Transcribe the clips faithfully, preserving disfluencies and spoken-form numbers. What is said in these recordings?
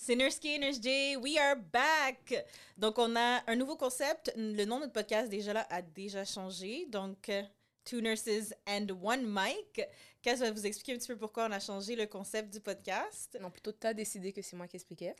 C'est Nurski et Nurse J, we are back! Donc, on a un nouveau concept. Le nom de notre podcast, déjà là, a déjà changé. Donc, euh, Two Nurses and One Mic. Kaz va vous expliquer un petit peu pourquoi on a changé le concept du podcast. Non, plutôt t'as décidé que c'est moi qui expliquais.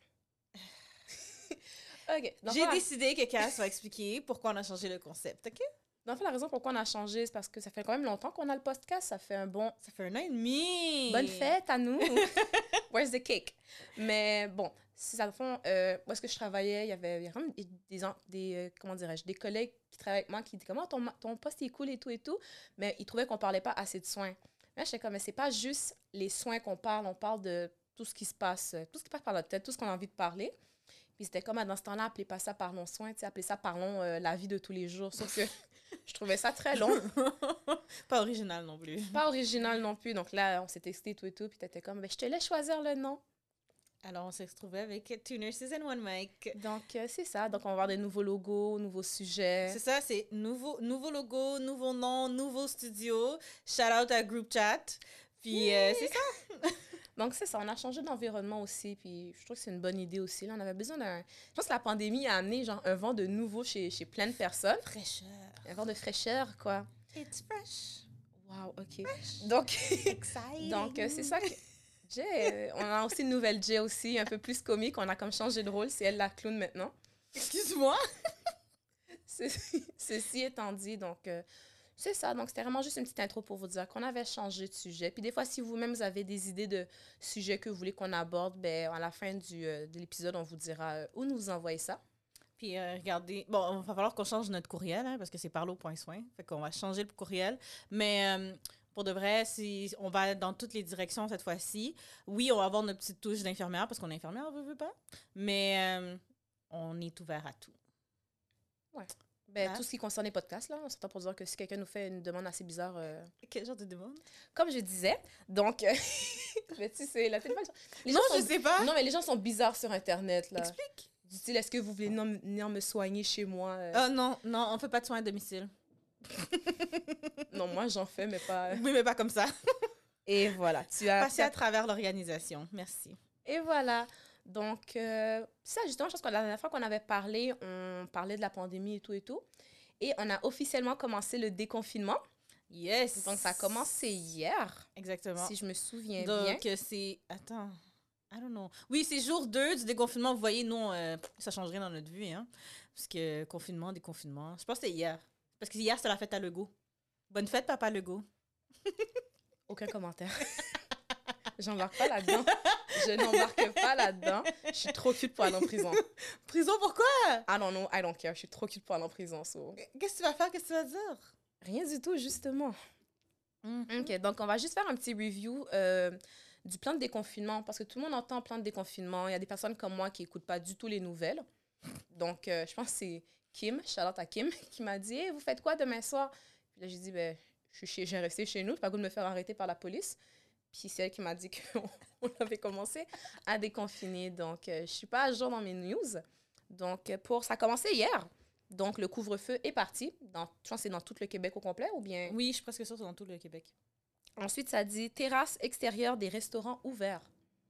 OK. Donc, J'ai voilà. décidé que Kaz va expliquer pourquoi on a changé le concept, OK? Dans le fond, la raison pourquoi on a changé, c'est parce que ça fait quand même longtemps qu'on a le podcast. Ça fait un bon... Ça fait un an et demi! Bonne fête à nous! Where's the cake? Mais bon, c'est ça, le fond, euh, où est-ce que je travaillais, il y avait, il y avait quand même des, des, des euh, comment dirais-je, des collègues qui travaillaient avec moi qui disaient comment ton, ton poste est cool et tout et tout, mais ils trouvaient qu'on parlait pas assez de soins. Là, j'étais comme, mais c'est pas juste les soins qu'on parle, on parle de tout ce qui se passe, tout ce qui passe par la tête, tout ce qu'on a envie de parler. Puis c'était comme, dans ce temps-là, appelez pas ça parlons soins, tu sais, appelez ça parlons euh, la vie de tous les jours. Sauf que je trouvais ça très long. Pas original non plus. Pas original non plus. Donc là, on s'est texté tout et tout, puis t'étais comme, ben, je te laisse choisir le nom. Alors, on s'est retrouvés avec Two Nurses and One Mic. Donc, euh, c'est ça. Donc, on va avoir des nouveaux logos, nouveaux sujets. C'est ça, c'est nouveau, nouveau logo, nouveau nom, nouveau studio. Shout out à Group Chat. Puis, euh, c'est ça. Donc, c'est ça. On a changé d'environnement aussi. Puis, je trouve que c'est une bonne idée aussi. Là, on avait besoin d'un... Je pense que la pandémie a amené genre, un vent de nouveau chez, chez plein de personnes. Fraîcheur. Un vent de fraîcheur, quoi. It's fresh. Wow, OK. Fresh. Donc, Exciting. donc euh, c'est ça que... Jay, euh, on a aussi une nouvelle Jay aussi, un peu plus comique. On a comme changé de rôle. C'est elle la clown maintenant. Excuse-moi. Ceci, ceci étant dit, donc... Euh, c'est ça, donc c'était vraiment juste une petite intro pour vous dire qu'on avait changé de sujet. Puis des fois, si vous-même vous avez des idées de sujets que vous voulez qu'on aborde, ben à la fin du, euh, de l'épisode, on vous dira euh, où nous vous envoyer ça. Puis euh, regardez, bon, il va falloir qu'on change notre courriel, hein, parce que c'est parlo.soin. Fait qu'on va changer le courriel. Mais euh, pour de vrai, si on va dans toutes les directions cette fois-ci. Oui, on va avoir notre petite touche d'infirmière, parce qu'on est infirmière, on veut, veut pas. Mais euh, on est ouvert à tout. Ouais. Ben, Hein? tout ce qui concerne les podcasts, là, on s'entend pour dire que si quelqu'un nous fait une demande assez bizarre... Euh... Quel genre de demande? Comme je disais, donc... Euh... mais tu sais, la téléphone... Non, je sont... sais pas! Non, mais les gens sont bizarres sur Internet, là. Explique! Du style, est-ce que vous voulez venir me soigner chez moi? Euh... Ah non, non, on fait pas de soins à domicile. Non, moi, j'en fais, mais pas... Oui, mais pas comme ça. Et voilà, tu as... Passer à travers l'organisation. Merci. Et voilà. Donc, euh, ça, justement, je pense que la dernière fois qu'on avait parlé, on parlait de la pandémie et tout et tout. Et on a officiellement commencé le déconfinement. Yes! Donc, ça a commencé hier. Exactement. Si je me souviens Donc, bien. Donc, c'est... Attends. I don't know. Oui, c'est jour deux du déconfinement. Vous voyez, nous, euh, ça change rien dans notre vie, hein. Parce que confinement, déconfinement. Je pense que c'est hier. Parce que hier, c'était la fête à Legault. Bonne fête, Papa Legault. Aucun commentaire. J'embarque pas là-dedans. Je n'embarque pas là-dedans. Je suis trop cute pour aller en prison. Prison, pourquoi? I don't know, I don't care. Je suis trop cute pour aller en prison. So. Qu'est-ce que tu vas faire? Qu'est-ce que tu vas dire? Rien du tout, justement. Mm-hmm. OK, donc on va juste faire un petit review euh, du plan de déconfinement, parce que tout le monde entend plan de déconfinement. Il y a des personnes comme moi qui n'écoutent pas du tout les nouvelles. Donc, euh, je pense que c'est Kim, shout-out à Kim, qui m'a dit hey, « Vous faites quoi demain soir? » Puis là, j'ai dit ben, « Je suis resté chez nous, j'ai pas le goût de me faire arrêter par la police. » Puis c'est elle qui m'a dit qu'on on avait commencé à déconfiner. Donc, euh, je suis pas à jour dans mes news. Donc, pour ça a commencé hier. Donc, le couvre-feu est parti. Dans, je pense que c'est dans tout le Québec au complet ou bien... Oui, je suis presque sûre que c'est dans tout le Québec. Ensuite, ça dit terrasse extérieure des restaurants ouverts.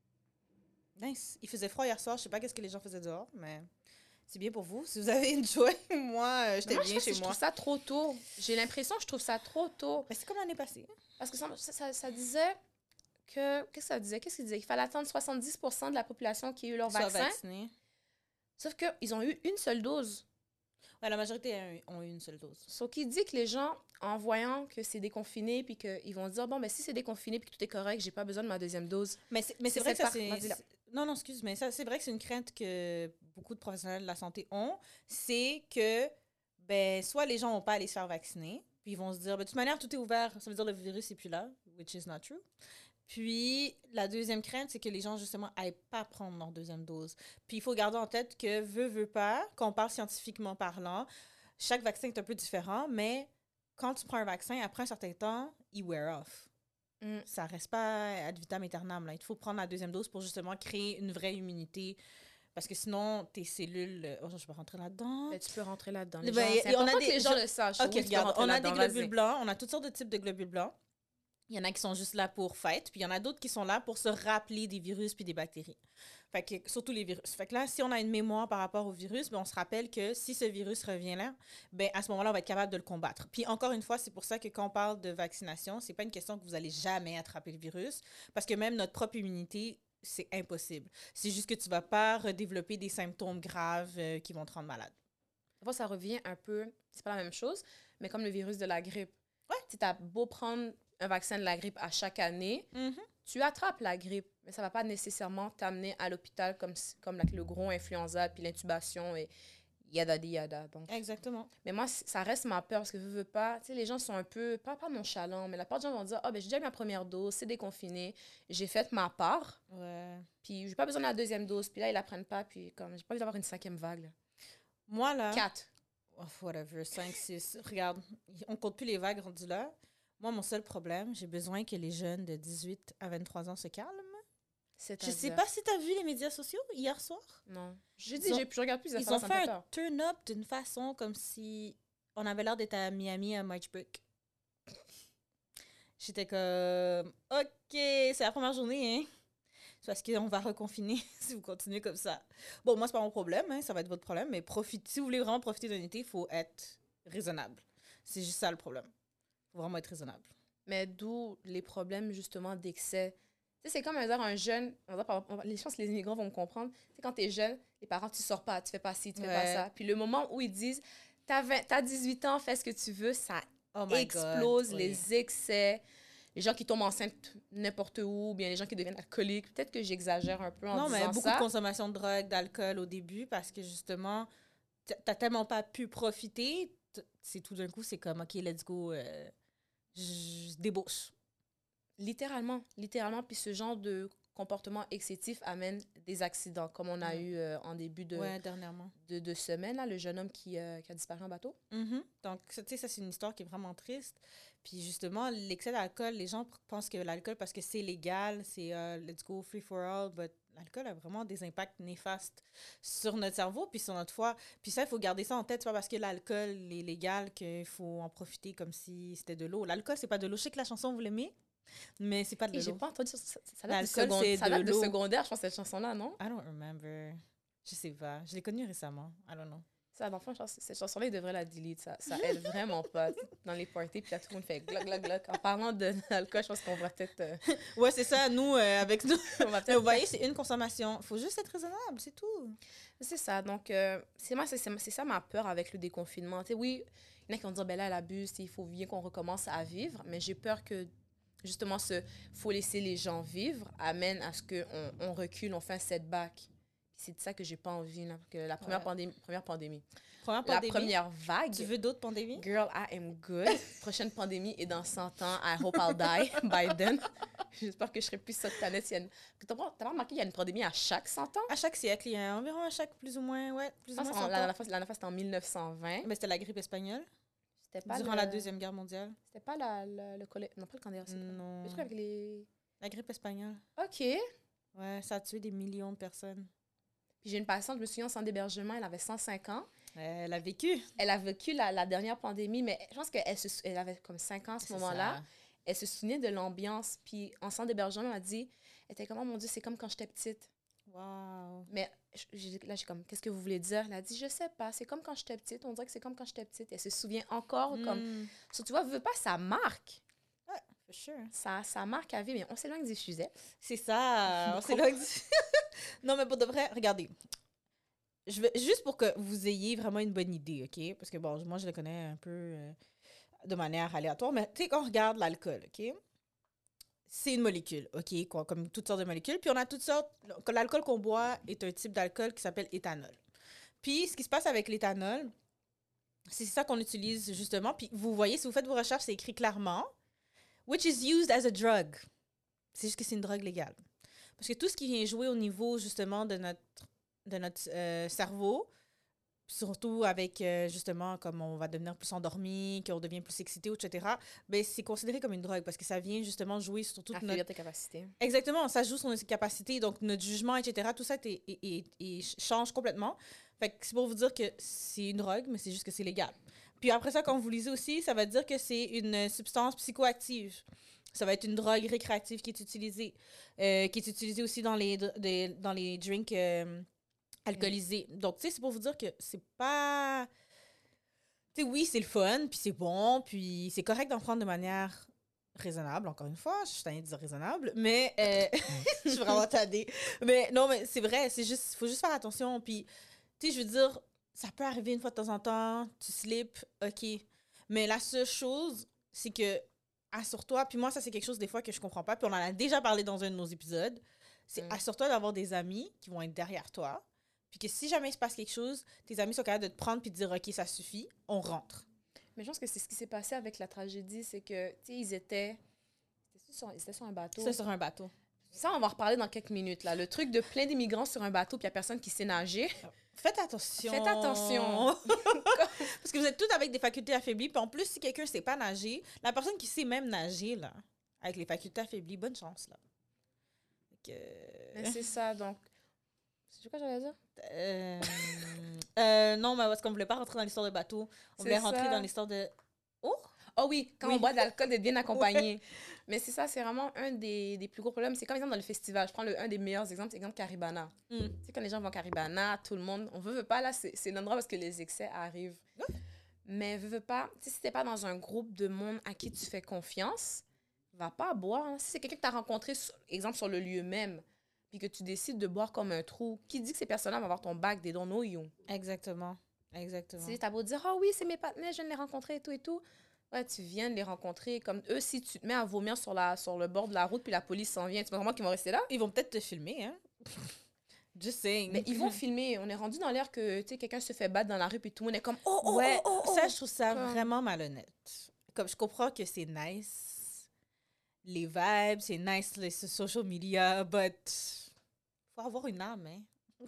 Nice. Il faisait froid hier soir. Je sais pas qu'est-ce que les gens faisaient dehors, mais c'est bien pour vous. Si vous avez une joie, moi, j'étais bien chez je moi. Je trouve ça trop tôt. J'ai l'impression que je trouve ça trop tôt. Mais c'est comme l'année passée. Parce que ça, ça, ça disait que... Qu'est-ce que ça disait? Qu'est-ce qu'il disait? Il fallait attendre soixante-dix pour cent de la population qui a eu leur Soit vaccin. vacciné. Sauf qu'ils ont eu une seule dose. Ouais, la majorité ont eu une seule dose. Ce qui dit que les gens, en voyant que c'est déconfiné, puis qu'ils vont dire, bon, ben si c'est déconfiné, puis que tout est correct, j'ai pas besoin de ma deuxième dose. Mais c'est, mais c'est, c'est vrai que ça, par... c'est... c'est... Non, non, excuse, mais ça, c'est vrai que c'est une crainte que beaucoup de professionnels de la santé ont. C'est que, ben, soit les gens vont pas aller se faire vacciner, puis ils vont se dire, ben, de toute manière, tout est ouvert, ça veut dire le virus n'est plus là, which is not true. Puis, la deuxième crainte, c'est que les gens, justement, n'aillent pas prendre leur deuxième dose. Puis, il faut garder en tête que, veut, veut pas, quand on parle scientifiquement parlant, chaque vaccin est un peu différent, mais quand tu prends un vaccin, après un certain temps, il wear off. Mm. Ça reste pas ad vitam aeternam. Là. Il faut prendre la deuxième dose pour, justement, créer une vraie immunité. Parce que sinon, tes cellules... Oh, je vais pas rentrer là-dedans. Ben, tu peux rentrer là-dedans. Les ben, gens, c'est important on a des... que les gens le sachent. OK, oui, regarde, on a des globules blancs. On a toutes sortes de types de globules blancs. Il y en a qui sont juste là pour fête, puis il y en a d'autres qui sont là pour se rappeler des virus puis des bactéries. Fait que, surtout les virus. Fait que là, si on a une mémoire par rapport au virus, ben on se rappelle que si ce virus revient là, ben à ce moment-là, on va être capable de le combattre. Puis encore une fois, c'est pour ça que quand on parle de vaccination, c'est pas une question que vous allez jamais attraper le virus, parce que même notre propre immunité, c'est impossible. C'est juste que tu vas pas redévelopper des symptômes graves euh, qui vont te rendre malade. Des fois, ça revient un peu, c'est pas la même chose, mais comme le virus de la grippe. Ouais. Tu as beau prendre un vaccin de la grippe à chaque année, Mm-hmm. tu attrapes la grippe, mais ça va pas nécessairement t'amener à l'hôpital comme, comme like, le gros influenza, puis l'intubation et yada di yada. Donc. Exactement. Mais moi, ça reste ma peur parce que veux, veux pas, tu sais, les gens sont un peu, pas, pas nonchalants, mais la plupart des gens vont dire, ah, oh, ben j'ai déjà eu ma première dose, c'est déconfiné, j'ai fait ma part, Ouais. puis j'ai pas besoin de la deuxième dose, puis là, ils la prennent pas, puis comme, j'ai pas envie d'avoir une cinquième vague. Là. Moi, là... Quatre. Oh, whatever, cinq, six. Regarde, on compte plus les vagues rendues là. Moi, mon seul problème, j'ai besoin que les jeunes de dix-huit à vingt-trois ans se calment. Je sais pas si tu as vu les médias sociaux hier soir. Non. Je dis, ont, je regarde plus. Ils ont fait un turn-up d'une façon comme si on avait l'air d'être à Miami à March Break. J'étais comme, OK, c'est la première journée, hein. C'est parce qu'on va reconfiner si vous continuez comme ça. Bon, moi, c'est pas mon problème, hein, ça va être votre problème, mais profite, si vous voulez vraiment profiter d'un été, il faut être raisonnable. C'est juste ça le problème. Il faut vraiment être raisonnable. Mais d'où les problèmes, justement, d'excès. Tu sais, c'est comme dire un jeune, on va dire, les chances que les immigrants vont me comprendre. Tu sais, quand t'es jeune, les parents, tu sors pas, tu fais pas ci, tu fais ouais. pas ça. Puis le moment où ils disent, t'as, vingt, t'as dix-huit ans, fais ce que tu veux, ça oh explose God, les oui. excès. Les gens qui tombent enceintes n'importe où, ou bien les gens qui deviennent alcooliques. Peut-être que j'exagère un peu en non, disant ça. Non, mais beaucoup de consommation de drogue, d'alcool au début, parce que justement, t'as tellement pas pu profiter, c'est tout d'un coup, c'est comme, OK, let's go, euh, je débauche. Littéralement, littéralement. Puis ce genre de comportement excessif amène des accidents, comme on a ouais. eu euh, en début de, ouais, dernièrement. de, de semaine, là, le jeune homme qui, euh, qui a disparu en bateau. Mm-hmm. Donc, tu sais, ça, c'est une histoire qui est vraiment triste. Puis justement, l'excès d'alcool, les gens pensent que l'alcool, parce que c'est légal, c'est uh, let's go free for all, but l'alcool a vraiment des impacts néfastes sur notre cerveau puis sur notre foie. Puis ça, il faut garder ça en tête. C'est pas parce que l'alcool est légal qu'il faut en profiter comme si c'était de l'eau. L'alcool, c'est pas de l'eau. Je sais que la chanson, vous l'aimez, mais c'est pas de l'eau. J'ai pas entendu ça. Ça, ça date, de, second, ça date de secondaire, je pense, cette chanson-là, non? I don't remember. Je sais pas. Je l'ai connue récemment. I don't know. Ça, dans le fond, cette chanson-là, il devrait la delete. Ça, ça aide vraiment pas dans les parties. Puis là, tout le monde fait gloc, gloc, gloc. En parlant de l'alcool, je pense qu'on va peut-être... Euh... Ouais, c'est ça. Nous, euh, avec nous, on va peut-être... Vous voyez, c'est une consommation. Il faut juste être raisonnable, c'est tout. C'est ça. Donc, euh, c'est, moi, c'est, c'est, c'est ça ma peur avec le déconfinement. T'sais, oui, il y en a qui vont dire, ben là, elle abuse, il faut bien qu'on recommence à vivre. Mais j'ai peur que, justement, ce « faut laisser les gens vivre » amène à ce qu'on on recule, on fait un setback. C'est de ça que j'ai pas envie, là, que la première, ouais. pandémie, première pandémie. Première pandémie. La première vague. Tu veux d'autres pandémies? Girl, I am good. Prochaine pandémie est dans cent ans. I hope I'll die by then. J'espère que je serai plus cette planète. Il y a une... T'as pas remarqué qu'il y a une pandémie à chaque cent ans? À chaque siècle, il y a environ à chaque plus ou moins, ouais, plus ou moins cent ans. La dernière fois, la fois, c'était en mille neuf cent vingt. Mais c'était la grippe espagnole. C'était pas Durant le... la Deuxième Guerre mondiale. C'était pas la, le, le collège... Non, pas le cancer. Non. Le truc avec les... La grippe espagnole. OK. Ouais, ça a tué des millions de personnes. Puis j'ai une patiente, je me souviens, en centre d'hébergement, elle avait cent cinq ans. Elle a vécu. Elle a vécu la, la dernière pandémie, mais je pense qu'elle se, elle avait comme cinq ans à ce c'est moment-là. Ça. Elle se souvenait de l'ambiance. Puis en centre d'hébergement, elle m'a dit, elle était comme, oh mon Dieu, c'est comme quand j'étais petite. Wow. Mais j'ai, là, j'ai comme, qu'est-ce que vous voulez dire? Elle a dit, je sais pas, c'est comme quand j'étais petite. On dirait que c'est comme quand j'étais petite. Elle se souvient encore mm. comme... So, tu vois, veux pas, ça marque. Ouais, for sure. Ça, ça marque à vie, mais on s'éloigne du sujet. C'est ça, on s'éloigne du... Non, mais pour de vrai, regardez. Je vais, juste pour que vous ayez vraiment une bonne idée, OK? Parce que, bon, moi, je le connais un peu euh, de manière aléatoire, mais tu sais, quand on regarde l'alcool, OK? C'est une molécule, OK? Quoi, comme toutes sortes de molécules. Puis on a toutes sortes... L'alcool qu'on boit est un type d'alcool qui s'appelle éthanol. Puis ce qui se passe avec l'éthanol, c'est ça qu'on utilise, justement. Puis vous voyez, si vous faites vos recherches, c'est écrit clairement « which is used as a drug ». C'est juste que c'est une drogue légale. Parce que tout ce qui vient jouer au niveau, justement, de notre... de notre euh, cerveau, surtout avec, euh, justement, comme on va devenir plus endormi, qu'on devient plus excité, et cetera, ben, c'est considéré comme une drogue parce que ça vient justement jouer sur toute affaiblir notre... tes capacités. Exactement, ça joue sur nos capacités, donc notre jugement, et cetera, tout ça est, est, est, est, change complètement. Fait que c'est pour vous dire que c'est une drogue, mais c'est juste que c'est légal. Puis après ça, quand vous lisez aussi, ça va dire que c'est une substance psychoactive. Ça va être une drogue récréative qui est utilisée, euh, qui est utilisée aussi dans les, dr- des- dans les drinks euh, alcoolisés. Donc, tu sais, c'est pour vous dire que c'est pas... Tu sais, oui, c'est le fun, puis c'est bon, puis c'est correct d'en prendre de manière raisonnable, encore une fois. Je suis tannée de dire raisonnable, mais euh, je suis vraiment tannée. Mais non, mais c'est vrai, c'est juste... faut juste faire attention, puis, tu sais, je veux dire, ça peut arriver une fois de temps en temps, tu slips, OK. Mais la seule chose, c'est que assure-toi, puis moi, ça, c'est quelque chose des fois que je comprends pas, puis on en a déjà parlé dans un de nos épisodes, c'est Mm. assure-toi d'avoir des amis qui vont être derrière toi, puis que si jamais il se passe quelque chose, tes amis sont capables de te prendre puis de dire, OK, ça suffit, on rentre. Mais je pense que c'est ce qui s'est passé avec la tragédie, c'est que, tu sais, ils étaient... C'était sur, ils étaient sur un bateau. Ça, sur un bateau. Ça, on va en reparler dans quelques minutes, là. Le truc de plein d'immigrants sur un bateau, puis il n'y a personne qui sait nager. Faites attention. Faites attention. Parce que vous êtes tous avec des facultés affaiblies, puis en plus, si quelqu'un ne sait pas nager, la personne qui sait même nager, là, avec les facultés affaiblies, bonne chance, là. Fait Mais que... c'est ça, donc... C'est quoi j'allais dire? Euh, euh, non, mais parce qu'on voulait pas rentrer dans l'histoire de bateau. On C'est voulait rentrer ça. dans l'histoire de... Oh! Oh oui, quand Oui. on boit de l'alcool, d'être bien accompagné. Mais c'est ça, c'est vraiment un des, des plus gros problèmes. C'est comme exemple dans le festival. Je prends le, un des meilleurs exemples, c'est exemple Caribana. Mm. Tu sais, quand les gens vont à Caribana, tout le monde, on veut, veut pas, là, c'est c'est l'endroit parce que les excès arrivent. Ouais. Mais veut, veut pas, tu sais, si t'es pas dans un groupe de monde à qui tu fais confiance, va pas boire. Hein. Si c'est quelqu'un que tu as rencontré, sur- exemple, sur le lieu même, puis que tu décides de boire comme un trou, qui dit que ces personnes-là vont avoir ton bac, des don't know you? Exactement. Exactement. Tu sais, t'as beau dire, ah oui, c'est mes partenaires, je viens de les rencontrer et tout et tout. Ouais, tu viens de les rencontrer. Comme eux, si tu te mets à vomir sur, la, sur le bord de la route, puis la police s'en vient, tu penses vraiment qu'ils vont rester là? Ils vont peut-être te filmer, hein? Just saying. Mais ils vont filmer. On est rendu dans l'air que, tu sais, quelqu'un se fait battre dans la rue, puis tout le monde est comme, oh, oh, Ouais, oh, oh, oh. ça, je trouve ça Comme- vraiment malhonnête. Comme je comprends que c'est nice, les vibes, c'est nice, les so- social media, but faut avoir une âme, hein?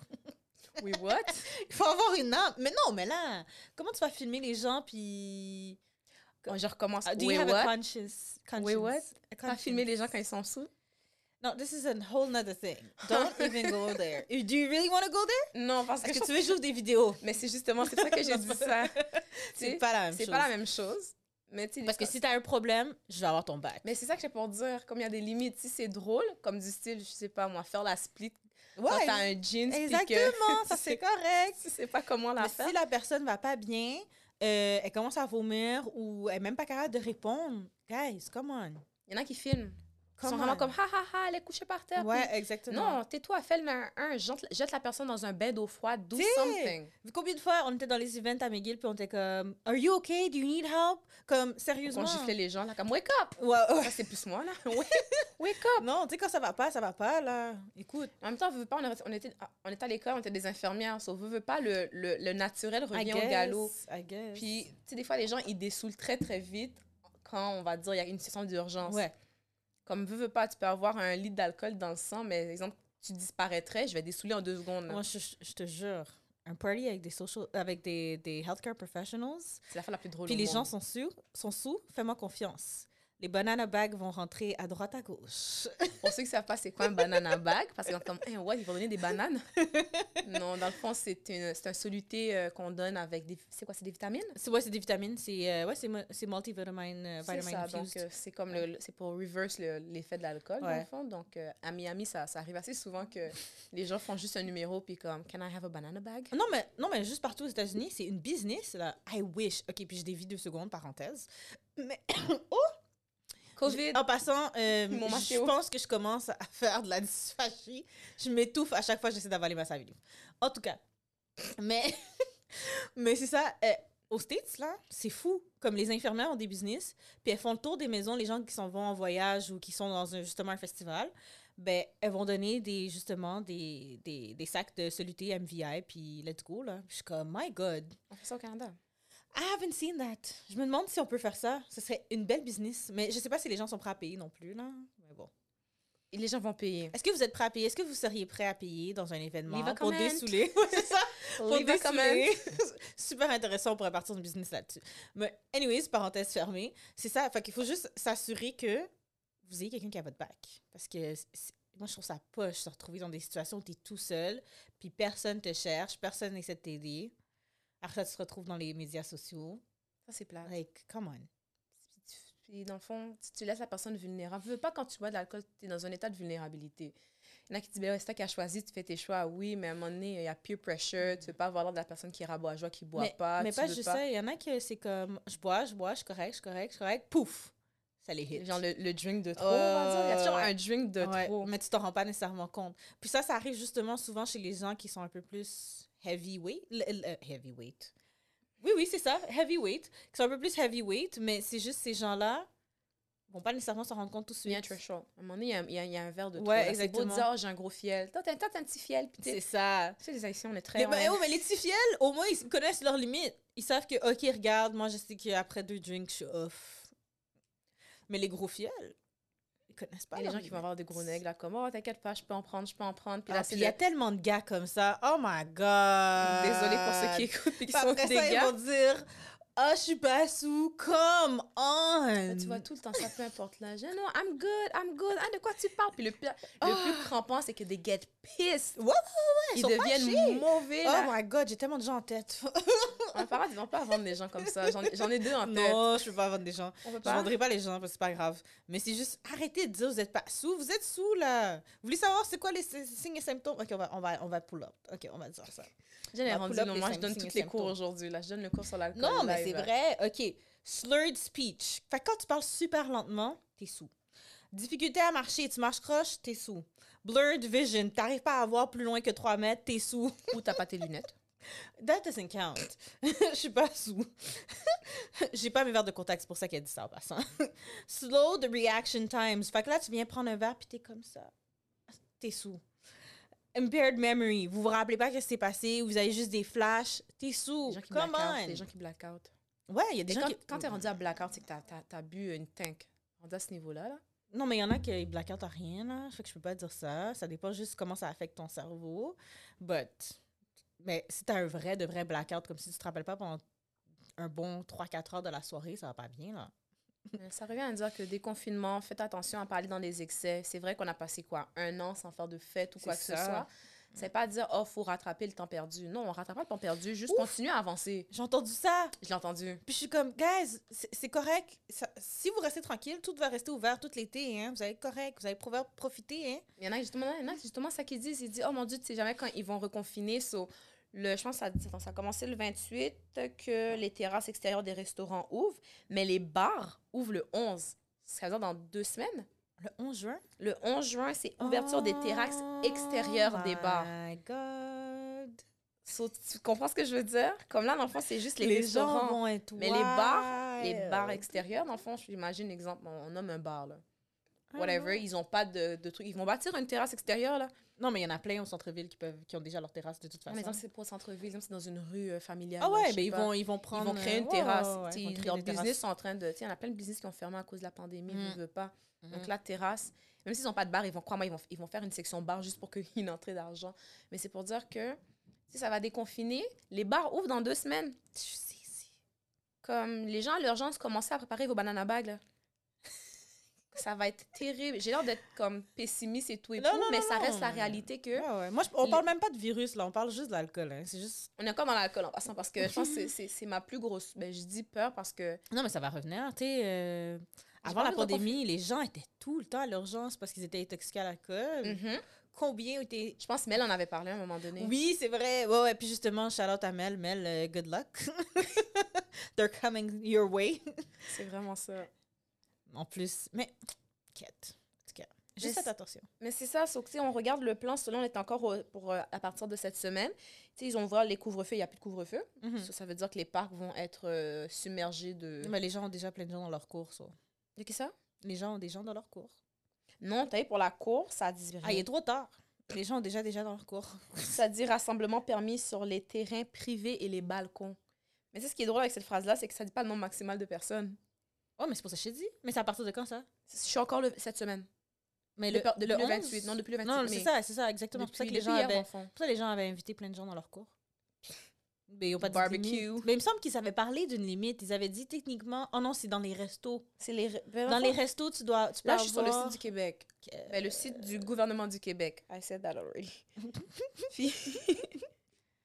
Oui, what? Il faut avoir une âme. Mais non, mais là, comment tu vas filmer les gens, puis... Bon, je recommence. Uh, do Wait, you have what? a conscience? conscience? Wait, what? A Pas filmer conscience. les gens quand ils sont sous? No, this is a whole nother thing. Don't even go there. Do you really want to go there? Non, parce que, Est-ce je que tu pense veux jouer des vidéos? Mais c'est justement, c'est pour ça que j'ai dit ça. C'est sais, pas la même C'est chose. pas la même chose. Mais tu sais, Parce que si t'as un problème, je vais avoir ton bac. Mais c'est ça que j'ai pour dire, comme il y a des limites, si c'est drôle, comme du style, je sais pas moi, faire la split Ouais, quand t'as un jeans, puis que exactement, ça tu c'est sais- correct. tu sais pas comment la Mais faire. si la personne va pas bien, euh, elle commence à vomir ou elle est même pas capable de répondre, guys, come on. Il y en a qui filment. Ils Come sont vraiment on. comme, ha ha ha, elle est couchée par terre. Ouais, puis- exactement. Non, tais-toi, fais le un, un jette, jette la personne dans un bed d'eau froide, do T'sais, something. Combien de fois on était dans les events à McGill puis on était comme, Are you okay? Do you need help? Comme, sérieusement. On giflait les gens, là, comme, wake up! Ouais, ouais. Ça, c'est plus moi, là. Wake wake up! Non, tu sais, quand ça va pas, ça va pas, là. Écoute. En même temps, veut, veut pas, on, est- on était, on était à l'école, on était des infirmières, sauf veut, veut pas, le, le, le naturel I revient guess, au galop. I guess. Puis, tu sais, des fois, les gens, ils dessoulent très, très vite quand, on va dire, il y a une situation d'urgence. Ouais. Comme veux, veux pas, tu peux avoir un litre d'alcool dans le sang, mais exemple, tu disparaîtrais, je vais dessouler en deux secondes. là. Moi, je, je te jure, un party avec des social, avec des, des healthcare professionals, C'est la fois la plus drôle puis au les monde. gens sont sûrs, sont sous, fais-moi confiance. Les banana bags vont rentrer à droite à gauche. Pour ceux qui savent pas c'est quoi un banana bag, parce qu'ils sont comme, hey, ouais, ils vont donner des bananes. Non, dans le fond, c'est une- c'est un soluté euh, qu'on donne avec des... C'est quoi, c'est des vitamines? C'est ouais, c'est des vitamines, c'est euh, ouais, c'est mu- c'est multivitamine euh, C'est vitamin ça, donc infused. euh, c'est comme le, le- c'est pour reverse le- l'effet de l'alcool, dans Ouais. le fond. Donc, euh, à Miami, ça, ça arrive assez souvent que les gens font juste un numéro, puis comme, can I have a banana bag? Non mais non mais juste partout aux États-Unis, c'est une business là. I wish. OK, puis je dévie deux secondes parenthèse. Mais oh, COVID, en passant, euh, Mon je Mathéo. pense que je commence à faire de la dysphagie. Je m'étouffe à chaque fois que j'essaie d'avaler ma salive. En tout cas, mais, mais c'est ça. euh, aux States, là, c'est fou. Comme les infirmières ont des business, puis elles font le tour des maisons, les gens qui s'en vont en voyage ou qui sont dans un, justement un festival, ben, elles vont donner des, justement des, des, des sacs de soluté M V I, puis let's go, là. Puis je suis comme, my God. on fait ça au Canada. I haven't seen that. Je me demande si on peut faire ça. Ce serait une belle business. Mais je sais pas si les gens sont prêts à payer non plus, là. Mais bon. Et les gens vont payer. Est-ce que vous êtes prêts à payer? Est-ce que vous seriez prêts à payer dans un événement Leave a pour comment. dessouler? Ouais, c'est ça. Pour Leave a comment. dessouler. Super intéressant, on pourrait partir d'une business là-dessus. Mais anyways, parenthèse fermée. C'est ça. Fait qu'il faut juste s'assurer que vous ayez quelqu'un qui a votre back. Parce que c'est- c'est- moi, je trouve ça poche de se retrouver dans des situations où tu es tout seul, puis personne te cherche, personne n'essaie de t'aider. Après ça, tu te retrouves dans les médias sociaux. Ça, c'est plat. Like, come on. Puis, dans le fond, tu, tu laisses la personne vulnérable. Veux pas, quand tu bois de l'alcool, tu es dans un état de vulnérabilité. Il y en a qui disent, ben ouais, c'est toi qui as choisi, tu fais tes choix. Oui, mais à un moment donné, il y a peer pressure. Tu veux pas avoir l'air de la personne qui est rabat-joie, qui boit Mais, pas. mais tu pas veux juste pas... ça, il y en a qui, c'est comme, je bois, je bois, je suis correct, je suis correct, je suis correct, pouf, ça les hit. Genre le, le drink de trop, Ouais, on va dire. Il y a toujours ouais. un drink de Ouais, trop. mais tu t'en rends pas nécessairement compte. Puis ça, ça arrive justement souvent chez les gens qui sont un peu plus heavyweight. Le- le- heavyweight. Oui, oui, c'est ça, heavyweight. Qui sont un peu plus heavyweight, mais c'est juste ces gens-là vont pas nécessairement s'en rendre compte tout de Il y a un suite. threshold. À un moment donné, il y a, un- il y a, il y a un verre de trop. Ouais, là. C'est beau de exactement. dire, oh, j'ai un gros fiel. Toi, t'as toi, t'as un petit fiel. Puis C'est t'es- ça. tu sais, les Haïtiens, on est très... Mais, ben, on- oh, mais les petits fiels, au moins, ils connaissent leurs limites. Ils savent que, OK, regarde, moi, je sais qu'après deux drinks, je suis off. Mais les gros fiels, ils connaissent pas Il y a des leurs gens qui vont limites. avoir des gros nègres, là, comme, oh, t'inquiète pas, je peux en prendre, je peux en prendre. Puis Ah, là, puis c'est il y a le... tellement de gars comme ça. Oh my God! Désolée pour ceux qui écoutent et qui Puis sont après des ça, ils gars. vont dire ah, je suis pas sous, come on! Là, tu vois tout le temps ça, peu importe là. Je, non, I'm good, I'm good. Ah, de quoi tu parles? Puis le, pire, le Ah. plus crampant, c'est que des get pissed. Ouais, ouais, ouais, Ils sont deviennent fâchés. mauvais, Oh là. my God, j'ai tellement de gens en tête. On parle, ils vont pas vendre des gens comme ça. J'en ai- j'en ai deux en tête. Non, je peux pas vendre des gens. On peut Je pas? vendrai pas les gens parce que c'est pas grave. Mais c'est juste, arrêtez de dire vous êtes pas sous. Vous êtes sous, là. Vous voulez savoir c'est quoi les s- signes et symptômes? OK, on va, on va, on va pull up. OK, on va dire ça. Je l'ai On va rendu pull up là. les Moi, je sym- donne signes tous et les cours symptômes. aujourd'hui. Là, je donne le cours sur l'alcool. Non, mais live. c'est vrai. OK. Slurred speech. Fait que quand tu parles super lentement, t'es sous. Difficulté à marcher, tu marches croche, t'es sous. Blurred vision, t'arrives pas à voir plus loin que trois mètres, t'es sous. Ou t'as pas tes lunettes. That doesn't count. Je suis pas sous. J'ai pas mes verres de contact, c'est pour ça qu'elle dit ça en passant. Slow the reaction times. Fait que là, tu viens prendre un verre puis t'es comme ça. T'es sous. Impaired memory. Vous vous rappelez pas ce qui s'est passé, vous avez juste des flashs, t'es sous. Des gens qui Come black out. on. Des gens qui black out. Ouais, il y a des Et gens quand, qui... quand t'es rendu à blackout, c'est que t'as, t'as, t'as bu une tank. Rendu à ce niveau-là, là. Non, mais il y en a qui blackout à rien, là. Fait que je peux pas dire ça. Ça dépend juste comment ça affecte ton cerveau. But... Mais si t'as un vrai, de vrai blackout, comme si tu te rappelles pas pendant un bon trois quatre heures de la soirée, ça va pas bien, là. Euh, Ça revient à dire que déconfinement, faites attention à parler dans les excès. C'est vrai qu'on a passé quoi, un an sans faire de fête ou quoi que C'est ce ça. soit. C'est pas dire, oh, faut rattraper le temps perdu. Non, on rattrape pas le temps perdu, juste Ouf. continuer à avancer. J'ai entendu ça. Je l'ai entendu. Puis je suis comme, guys, c'est c'est correct. Ça- si vous restez tranquille, tout va rester ouvert tout l'été, hein. Vous allez être correct, vous allez pouvoir profiter, hein. Il y en a justement, il y en a justement ça qu'ils disent. Ils disent, oh mon Dieu, tu sais jamais quand ils vont reconfiner. So, le, je pense que ça, attends, ça a commencé le vingt-huit que les terrasses extérieures des restaurants ouvrent, mais les bars ouvrent le onze. Ça veut dire dans deux semaines. Le onze juin? Le onze juin, c'est ouverture des terrasses extérieures des bars. Oh my God. So, tu comprends ce que je veux dire? Comme là, dans le fond, c'est juste les, Les, gens restaurants. vont être Mais les bars, les wild. bars extérieurs, dans le fond, j'imagine, exemple, on, on nomme un bar, là. Ah Whatever, non. ils ont pas de, de trucs. Ils vont bâtir une terrasse extérieure, là. Non, mais il y en a plein au centre-ville qui, peuvent, qui ont déjà leur terrasse de toute Ah, façon. mais exemple, c'est pas au centre-ville, exemple, c'est dans une rue euh, familiale. Ah là, ouais, je sais mais ils pas. vont, ils vont Ils prendre... vont créer une ouais, terrasse. ouais, ouais, Tu sais, ils vont créer leurs des business terrasses. sont en train de... Tu sais, il y en a plein de business qui ont fermé à cause de la pandémie, Mhm. ne veut pas. Mhm. Donc la terrasse, même s'ils n'ont pas de bar, ils vont, crois-moi, ils vont, ils vont faire une section bar juste pour qu'il y ait une entrée d'argent. Mais c'est pour dire que si ça va déconfiner, les bars ouvrent dans deux semaines. Je sais, c'est... Comme les gens à l'urgence, commencez à préparer vos banana bags, là. Ça va être terrible. J'ai l'air d'être comme pessimiste et tout et Non, tout, non, mais non, ça non. reste la réalité que... Ouais, ouais. Moi, je- on Les- parle même pas de virus, là. On parle juste de l'alcool, hein. C'est juste... On est encore dans l'alcool en passant parce que je pense que c'est- c'est c'est ma plus grosse... Ben, je dis peur parce que... Non, mais ça va revenir. Tu sais, euh, avant parle la de pandémie, les gens étaient tout le temps à l'urgence parce qu'ils étaient intoxiqués à l'alcool. Mhm. Combien ont été... Je pense que Mel en avait parlé à un moment donné. Oui, c'est vrai. Ouais, ouais. Puis justement, shout out à Mel. Mel, euh, good luck. They're coming your way. C'est vraiment ça. En plus, mais... Quête. En tout cas, Mais juste faites c'est- attention. Mais c'est ça, sauf que si on regarde le plan, selon on est encore au- pour, euh, à partir de cette semaine. Tu sais, ils ont ouvert les couvre-feux, il n'y a plus de couvre-feu. Mhm. Ça, ça veut dire que les parcs vont être euh, submergés de... Mais les gens ont déjà plein de gens dans leur cours, ça. De qui ça? Les gens ont des gens dans leur cours. Non, t'as vu, pour la cour, ça dit rien. Ah, il est trop tard. Les gens ont déjà déjà dans leur cours. Ça dit rassemblement permis sur les terrains privés et les balcons. Mais c'est ce qui est drôle avec cette phrase-là, c'est que ça dit pas le nombre maximal de personnes. Oh, mais c'est pour ça que je t'ai dit. Mais c'est à partir de quand, ça? Je suis encore le, cette semaine. Mais Depuis- depuis le onze? vingt-huit. Non, depuis le vingt-huit, Non, mais c'est ça, c'est ça, exactement. C'est pour ça que Depuis, les gens depuis hier, avaient... dans le fond. C'est pour ça que les gens avaient invité plein de gens dans leur cours. Mais ils ont pas dit de Barbecue. limite. Mais il me semble qu'ils avaient parlé d'une limite. Ils avaient dit techniquement... Oh non, c'est dans les restos. C'est les... re- ben, Dans dans les le fond, restos, tu dois... Tu peux là, je suis sur le avoir- site du Québec. Euh, Ben, le site du gouvernement du Québec. I said that already. Puis,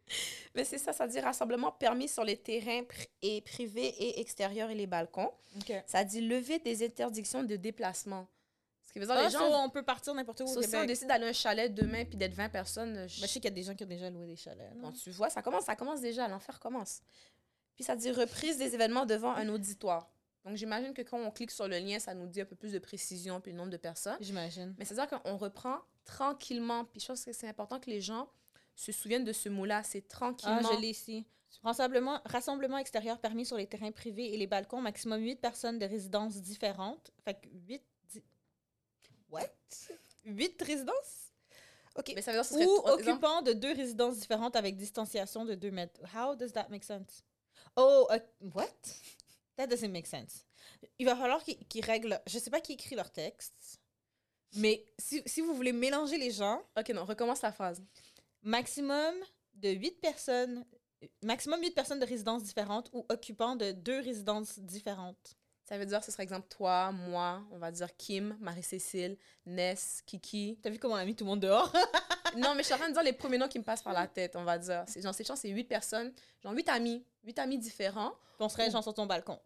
Mais c'est ça, ça dit rassemblement permis sur les terrains pri- et privés et extérieurs et les balcons. OK. Ça dit lever des interdictions de déplacement. Ce qui veut dire Ah, les gens... so, on peut partir n'importe où au So, si on Québec. décide d'aller à un chalet demain puis d'être vingt personnes, je... Ben, je sais qu'il y a des gens qui ont déjà loué des chalets. là. bon, tu vois, ça commence, ça commence déjà, l'enfer commence. Puis ça dit reprise des événements devant un auditoire. Donc j'imagine que quand on clique sur le lien, ça nous dit un peu plus de précision puis le nombre de personnes. J'imagine. Mais c'est-à-dire qu'on reprend tranquillement. Puis je pense que c'est important que les gens se souviennent de ce mot-là. C'est Ah, tranquillement. je l'ai ici. Rassemblement, rassemblement extérieur permis sur les terrains privés et les balcons, maximum huit personnes de résidences différentes. Fait que huit... Di... What? huit résidences? OK. Mais ça veut dire que ce serait Ou trois- exemple- occupants de deux résidences différentes avec distanciation de deux mètres. How does that make sense? Oh, uh, what? That doesn't make sense. Il va falloir qu'ils qu'ils règlent... Je sais pas qui écrit leur texte, mais si, si vous voulez mélanger les gens, Ok, non, recommence la phrase. maximum de huit personnes... Maximum huit personnes de résidences différentes ou occupants de deux résidences différentes. Ça veut dire que ce serait exemple toi, moi, on va dire Kim, Marie-Cécile, Ness, Kiki. T'as vu comment on a mis tout le monde dehors? Non, mais je suis en train de dire les premiers noms qui me passent par la tête, on va dire. C'est, genre, ces gens, c'est huit personnes, genre huit amis, huit amis différents. Puis on serait genre sur ton balcon.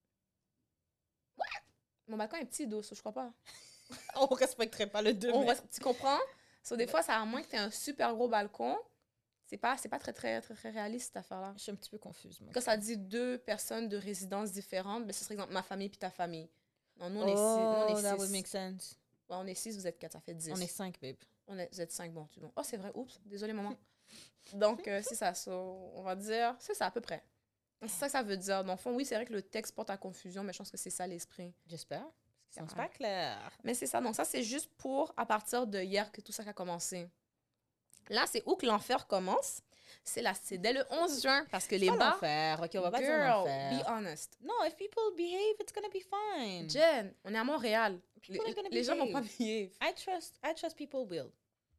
Mon balcon est petit, dos, je crois pas. On respecterait pas le deux On mètres. va- tu comprends? So, des fois, ça à moins que tu aies un super gros balcon, c'est pas, c'est pas très, très, très, très réaliste, cette affaire-là. Je suis un petit peu confuse. moi. Quand ça dit deux personnes de résidences différentes, ben, ce serait exemple ma famille puis ta famille. Non, nous, on est Oh, six. Nous, on that est would six. make sense. Ouais, on est six, vous êtes quatre, ça fait dix. On est cinq, babe. On est, vous êtes cinq, bon, tu bon. Oh, c'est vrai, oups, désolé, maman. Donc, euh, c'est ça, so, on va dire, c'est ça, à peu près. Donc, c'est ça que ça veut dire. Dans le fond, oui, c'est vrai que le texte porte à confusion, mais je pense que c'est ça l'esprit. J'espère. C'est Ouais. pas clair. Mais c'est ça, donc ça, c'est juste pour, à partir de hier, que tout ça a commencé. Là, c'est où que l'enfer commence? C'est là, c'est dès le onze juin, parce que les Pas bars... l'enfer. OK, on va pas dire Girl, l'enfer. be honest. No, if people behave, it's gonna be fine. Jen, on est à Montréal. Les, People are gonna les gens vont pas behave. behave. I trust, I trust people will.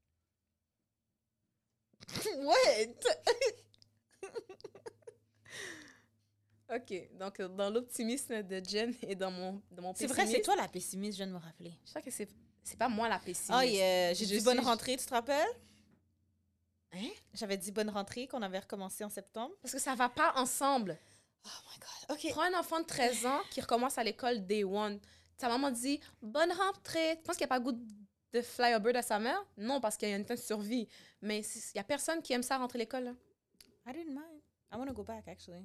What? OK, donc euh, dans l'optimisme de Jen et dans mon, dans mon C'est pessimisme... vrai, c'est toi la pessimiste, je viens de me rappeler. Je sais que c'est, c'est pas moi la pessimiste. Ah, yeah, j'ai Je dit bonne suis- rentrée, tu te rappelles? Hein? J'avais dit bonne rentrée qu'on avait recommencé en septembre. Parce que ça va pas ensemble. Oh my God. OK. Prends un enfant de treize ans qui recommence à l'école day one. Ta maman dit « Bonne rentrée ». Tu penses qu'il n'y a pas le goût de fly a bird à sa mère? Non, parce qu'il y a une de survie. Mais il n'y a personne qui aime ça rentrer à l'école. Là. I didn't mind. I want to go back, actually.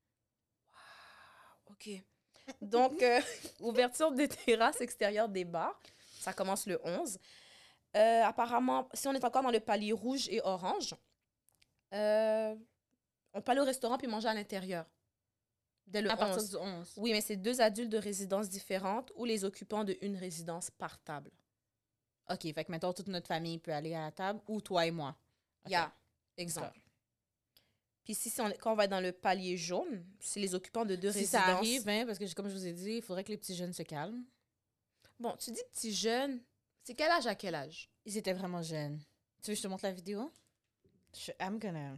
OK. Donc, euh, ouverture des terrasses extérieures des bars. Ça commence le onze. Euh, apparemment, si on est encore dans le palier rouge et orange, euh, on peut aller au restaurant puis manger à l'intérieur. Dès le À partir onze. du onze. Oui, mais c'est deux adultes de résidences différentes ou les occupants de une résidence par table. OK, fait que mettons, toute notre famille peut aller à la table ou toi et moi. Il y a, exemple. Puis si, si on, quand on va être dans le palier jaune, c'est les occupants de deux Si résidences. ça arrive, hein, parce que comme je vous ai dit, il faudrait que les petits jeunes se calment. Bon, tu dis petits jeunes, c'est quel âge à quel âge? Ils étaient vraiment jeunes. Tu veux que je te montre la vidéo? Je, I'm gonna...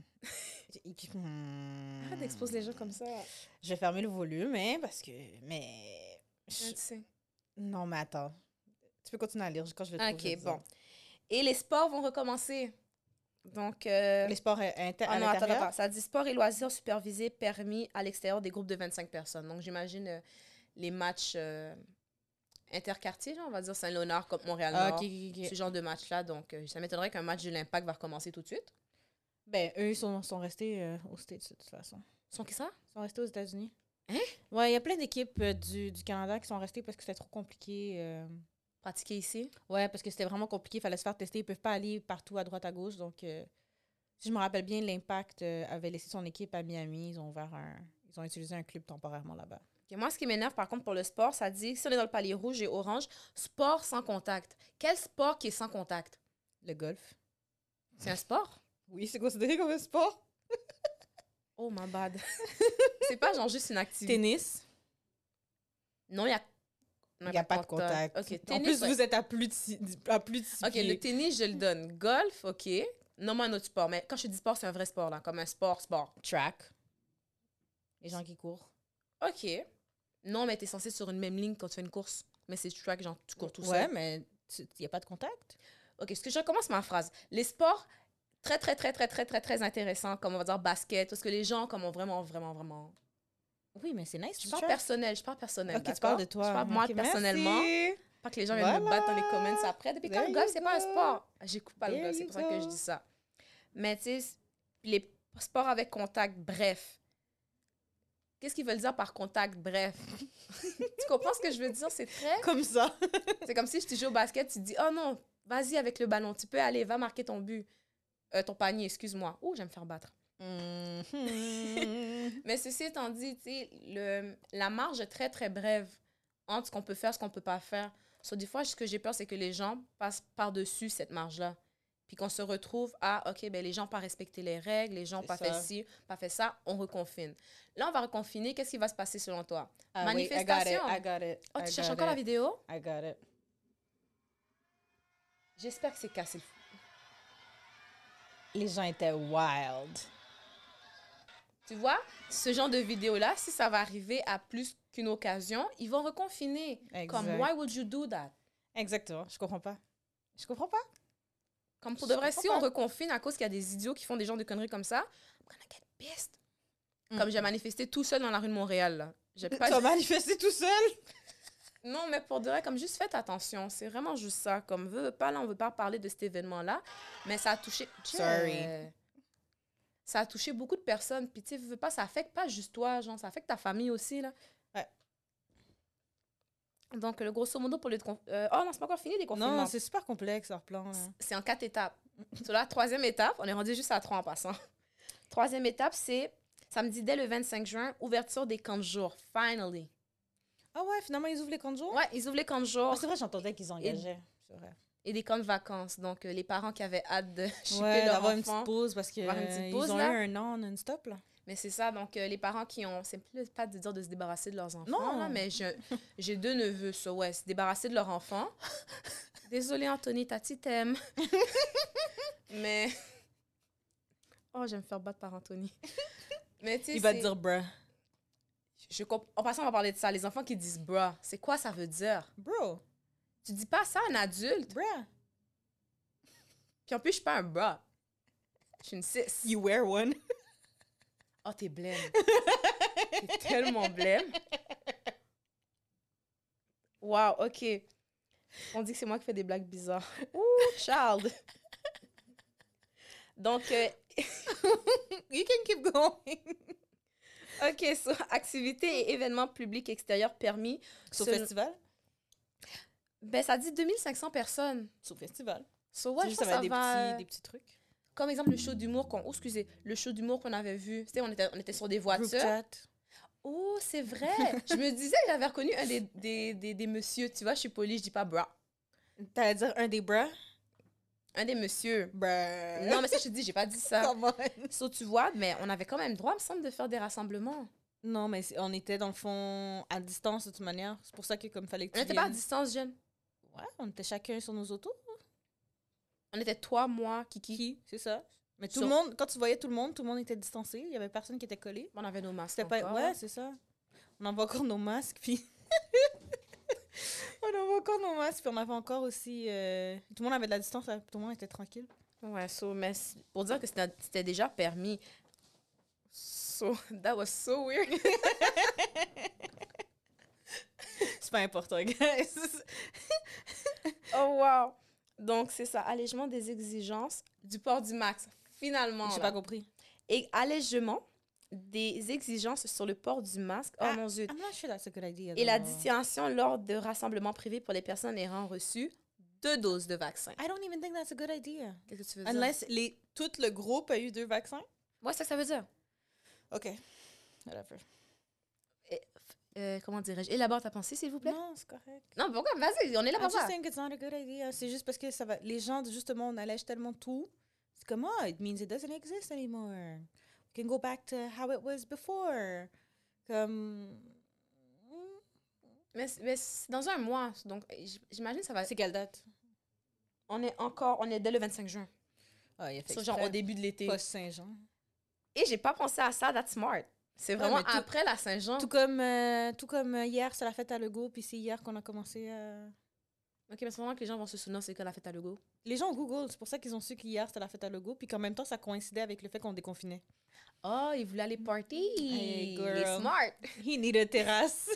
Hmm. Arrête d'exposer les gens comme ça. Je vais fermer le volume, hein, parce que... Mais... je- Hein, tu sais. Non, mais attends. Tu peux continuer à lire quand je vais trouver. je vais OK, te bon. dire. Et les sports vont recommencer. Donc, euh, Les sports euh, inter- ah à non, attends, l'intérieur? attends. Ça dit sport et loisirs supervisés permis à l'extérieur des groupes de vingt-cinq personnes. Donc, j'imagine euh, les matchs euh, interquartiers, genre, on va dire Saint-Léonard contre Montréal-Nord. Ah, ok, ok, ok. Ce genre de match-là. Donc, euh, ça m'étonnerait qu'un match de l'Impact va recommencer tout de suite. Ben, eux, ils sont, sont restés euh, aux States, de toute façon. Sont qui ça? Ils sont restés aux États-Unis. Hein? Ouais, il y a plein d'équipes euh, du, du Canada qui sont restées parce que c'était trop compliqué. euh. Pratiquer ici? Ouais, parce que c'était vraiment compliqué. Il fallait se faire tester. Ils peuvent pas aller partout à droite, à gauche. Donc, euh, si je me rappelle bien, l'Impact euh, avait laissé son équipe à Miami. Ils ont ouvert un... Ils ont utilisé un club temporairement là-bas. Ok, moi, ce qui m'énerve, par contre, pour le sport, ça dit, si on est dans le palier rouge et orange, sport sans contact. Quel sport qui est sans contact? Le golf. C'est un sport? Oui, c'est considéré comme un sport. Oh, my bad. C'est pas genre juste une activité. Tennis. Non, il y a... Il n'y a pas de contact. OK, En tennis, plus, ouais. vous êtes à plus de six, à plus de six OK, pieds. le tennis, je le donne. Golf, OK. Nomme-moi un autre sport. Mais quand je dis sport, c'est un vrai sport, là. Comme un sport, sport. Track. Les gens qui courent. OK. Non, mais t'es censé être sur une même ligne quand tu fais une course. Mais c'est track, genre, tu cours tout Ouais, seul. mais il n'y a pas de contact. OK, est-ce que je recommence ma phrase? Les sports très, très, très, très, très, très, très intéressants, comme on va dire basket, parce que les gens, comme ont vraiment, vraiment, vraiment... Oui, mais c'est nice. Je parle personnel, je parle personnel, Ok, tu d'accord? parles de toi. Je parle moi Ok, personnellement. merci. Pas que les gens viennent me Voilà. battre dans les comments après. Depuis quand There le golf, you c'est pas un go. sport? J'écoute pas le There golf, c'est you pour ça que je go. dis ça. Mais tu sais, les sports avec contact, bref. Qu'est-ce qu'ils veulent dire par contact, bref? Tu comprends ce que je veux dire? C'est très... Comme ça. C'est comme si je te joue au basket, tu te dis, oh non, vas-y avec le ballon, tu peux aller, va marquer ton but. Euh, ton panier, excuse-moi. Oh, j'aime me faire battre. Mhm. Mais ceci étant dit, tu sais, le- la marge est très, très brève entre ce qu'on peut faire et ce qu'on peut pas faire. So, des fois, ce que j'ai peur, c'est que les gens passent par-dessus cette marge-là. Puis qu'on se retrouve à, OK, ben les gens n'ont pas respecté les règles, les gens n'ont C'est pas ça. fait ci, pas fait ça, on reconfine. Là, on va reconfiner, qu'est-ce qui va se passer selon toi? Ah, wait, I got it, Manifestation. I got it. Oh, I tu cherches got encore la it. vidéo? I got it. J'espère que c'est cassé le fou. Les gens étaient wild. Tu vois, ce genre de vidéo-là, si ça va arriver à plus qu'une occasion, ils vont reconfiner. Exact. Comme, why would you do that? Exactement. Je comprends pas. Je comprends pas. Comme pour Je de vrai, comprends si pas. on reconfine à cause qu'il y a des idiots qui font des genres de conneries comme ça, I'm gonna get pissed. Mm. Comme j'ai manifesté tout seul dans la rue de Montréal, là. J'ai pas Tu as manifesté tout seul? Non, mais pour de vrai, comme juste faites attention. C'est vraiment juste ça. Comme, veut, veut pas, là, on veut pas parler de cet événement-là, mais ça a touché... Sorry. Yeah. Ça a touché beaucoup de personnes. Puis, tu sais, veux pas, ça affecte pas juste toi, genre, ça affecte ta famille aussi, là. Ouais. Donc, le grosso modo, pour les... Conf... Euh, oh non, c'est pas encore fini, les confinements. Non, c'est super complexe, leur plan. Là. C'est en quatre étapes. Sur la troisième étape, on est rendu juste à trois en passant. Troisième étape, c'est samedi dès le vingt-cinq juin, ouverture des camps de jour. Finally. Ah ouais, finalement, ils ouvrent les camps de jour? Ouais, ils ouvrent les camps de jour. Ah, c'est vrai, j'entendais qu'ils engageaient. C'est vrai. Et des camps de vacances. Donc, euh, les parents qui avaient hâte de shipper Ouais, leur d'avoir une enfant. petite pause parce qu'ils avoir une petite pause, ont là. eu un an non-stop, là. Mais c'est ça, donc euh, les parents qui ont... C'est plus pas de dire de se débarrasser de leurs enfants, Non. là, mais je- j'ai deux neveux, so ouais, se débarrasser de leur enfant. Désolée, Anthony, Tati t'aime. Mais... Oh, j'aime me faire battre par Anthony. Mais tu sais, Il va te c'est- dire, bruh. Je comp- En passant, on va parler de ça. Les enfants qui disent « bruh », c'est quoi ça veut dire? Bro, Tu dis pas ça à un adulte. bruh. Puis en plus, je suis pas un bruh. Je suis une cis. You wear one. Oh, t'es blême. T'es tellement blême. Wow, OK. On dit que c'est moi qui fais des blagues bizarres. Ouh, child. Donc, euh, You can keep going. OK, so, activités et événements publics extérieurs permis. Sauf Selon- festival? Ben, ça dit deux mille cinq cents personnes. Sauf festival. So, C'est ouais, je juste, pense ça que va ça être des va... petits, des petits trucs. Comme exemple, le show d'humour qu'on... Oh, excusez. Le show d'humour qu'on avait vu. Tu sais, on était, on était sur des Group voitures. chat. Oh, c'est vrai. Je me disais que j'avais reconnu un des, des, des, des messieurs. Tu vois, je suis polie, je dis pas bra. T'allais dire un des bras? Un des messieurs. Bruh. Non, mais ça, je te dis, j'ai pas dit ça. Come on. So, tu vois, mais on avait quand même droit, me semble, de faire des rassemblements. Non, mais c'est- on était dans le fond à distance de toute manière. C'est pour ça que comme fallait que On tu n'était pas à viennes- distance, jeune. Ouais, on était chacun sur nos autos. On était toi, moi, Kiki. Qui? C'est ça. Mais tout Sur- le monde, quand tu voyais tout le monde, tout le monde était distancé. Il y avait personne qui était collé. On avait nos masques C'était pas... encore. Ouais, c'est ça. On avait encore nos masques, puis... on avait encore nos masques, puis on avait encore aussi... euh, Tout le monde avait de la distance, là, tout le monde était tranquille. Ouais, so, mais c- pour dire que c'était c'était déjà permis. So, that was so weird. C'est pas important, guys. Oh, wow. Donc, c'est ça. Allègement des exigences du port du max. Finalement. J'ai là. pas compris. Et allègement des exigences sur le port du masque. Oh, Ah, mon Dieu. I'm not sure that's a good idea. Et la though. distinction lors de rassemblements privés pour les personnes ayant reçu deux doses de vaccin. I don't even think that's a good idea. Qu'est-ce que tu veux dire? Unless les... tout le groupe a eu deux vaccins. Ouais, c'est ça que ça veut dire. OK. Whatever. Euh, comment dirais-je? Élabore ta pensée, s'il vous plaît. Non, c'est correct. Non, pourquoi? Vas-y, on est là I pour just ça. think it's not a good idea. C'est juste parce que ça va... les gens, justement, on allège tellement tout. C'est comme, oh, it means it doesn't exist anymore. We can go back to how it was before. Comme... Mais, c'est- mais c'est dans un mois, donc j- j'imagine que ça va... C'est quelle date? On est encore... On est dès le vingt-cinq juin. Ah, il a fait So, genre au début de l'été. Post-Saint-Jean. Et j'ai pas pensé à ça, that's smart. C'est vraiment mais tout- après la Saint-Jean. Tout comme, euh, tout comme euh, hier, c'est la fête à Legault, puis c'est hier qu'on a commencé à... Ok, mais c'est vraiment que les gens vont se souvenir, c'est que la fête à Legault. Les gens Google, c'est pour ça qu'ils ont su qu'hier, c'était la fête à Legault, puis qu'en même temps, ça coïncidait avec le fait qu'on déconfinait. Oh, ils voulaient aller party. Hey, Les girl. smart. He need a terrasse.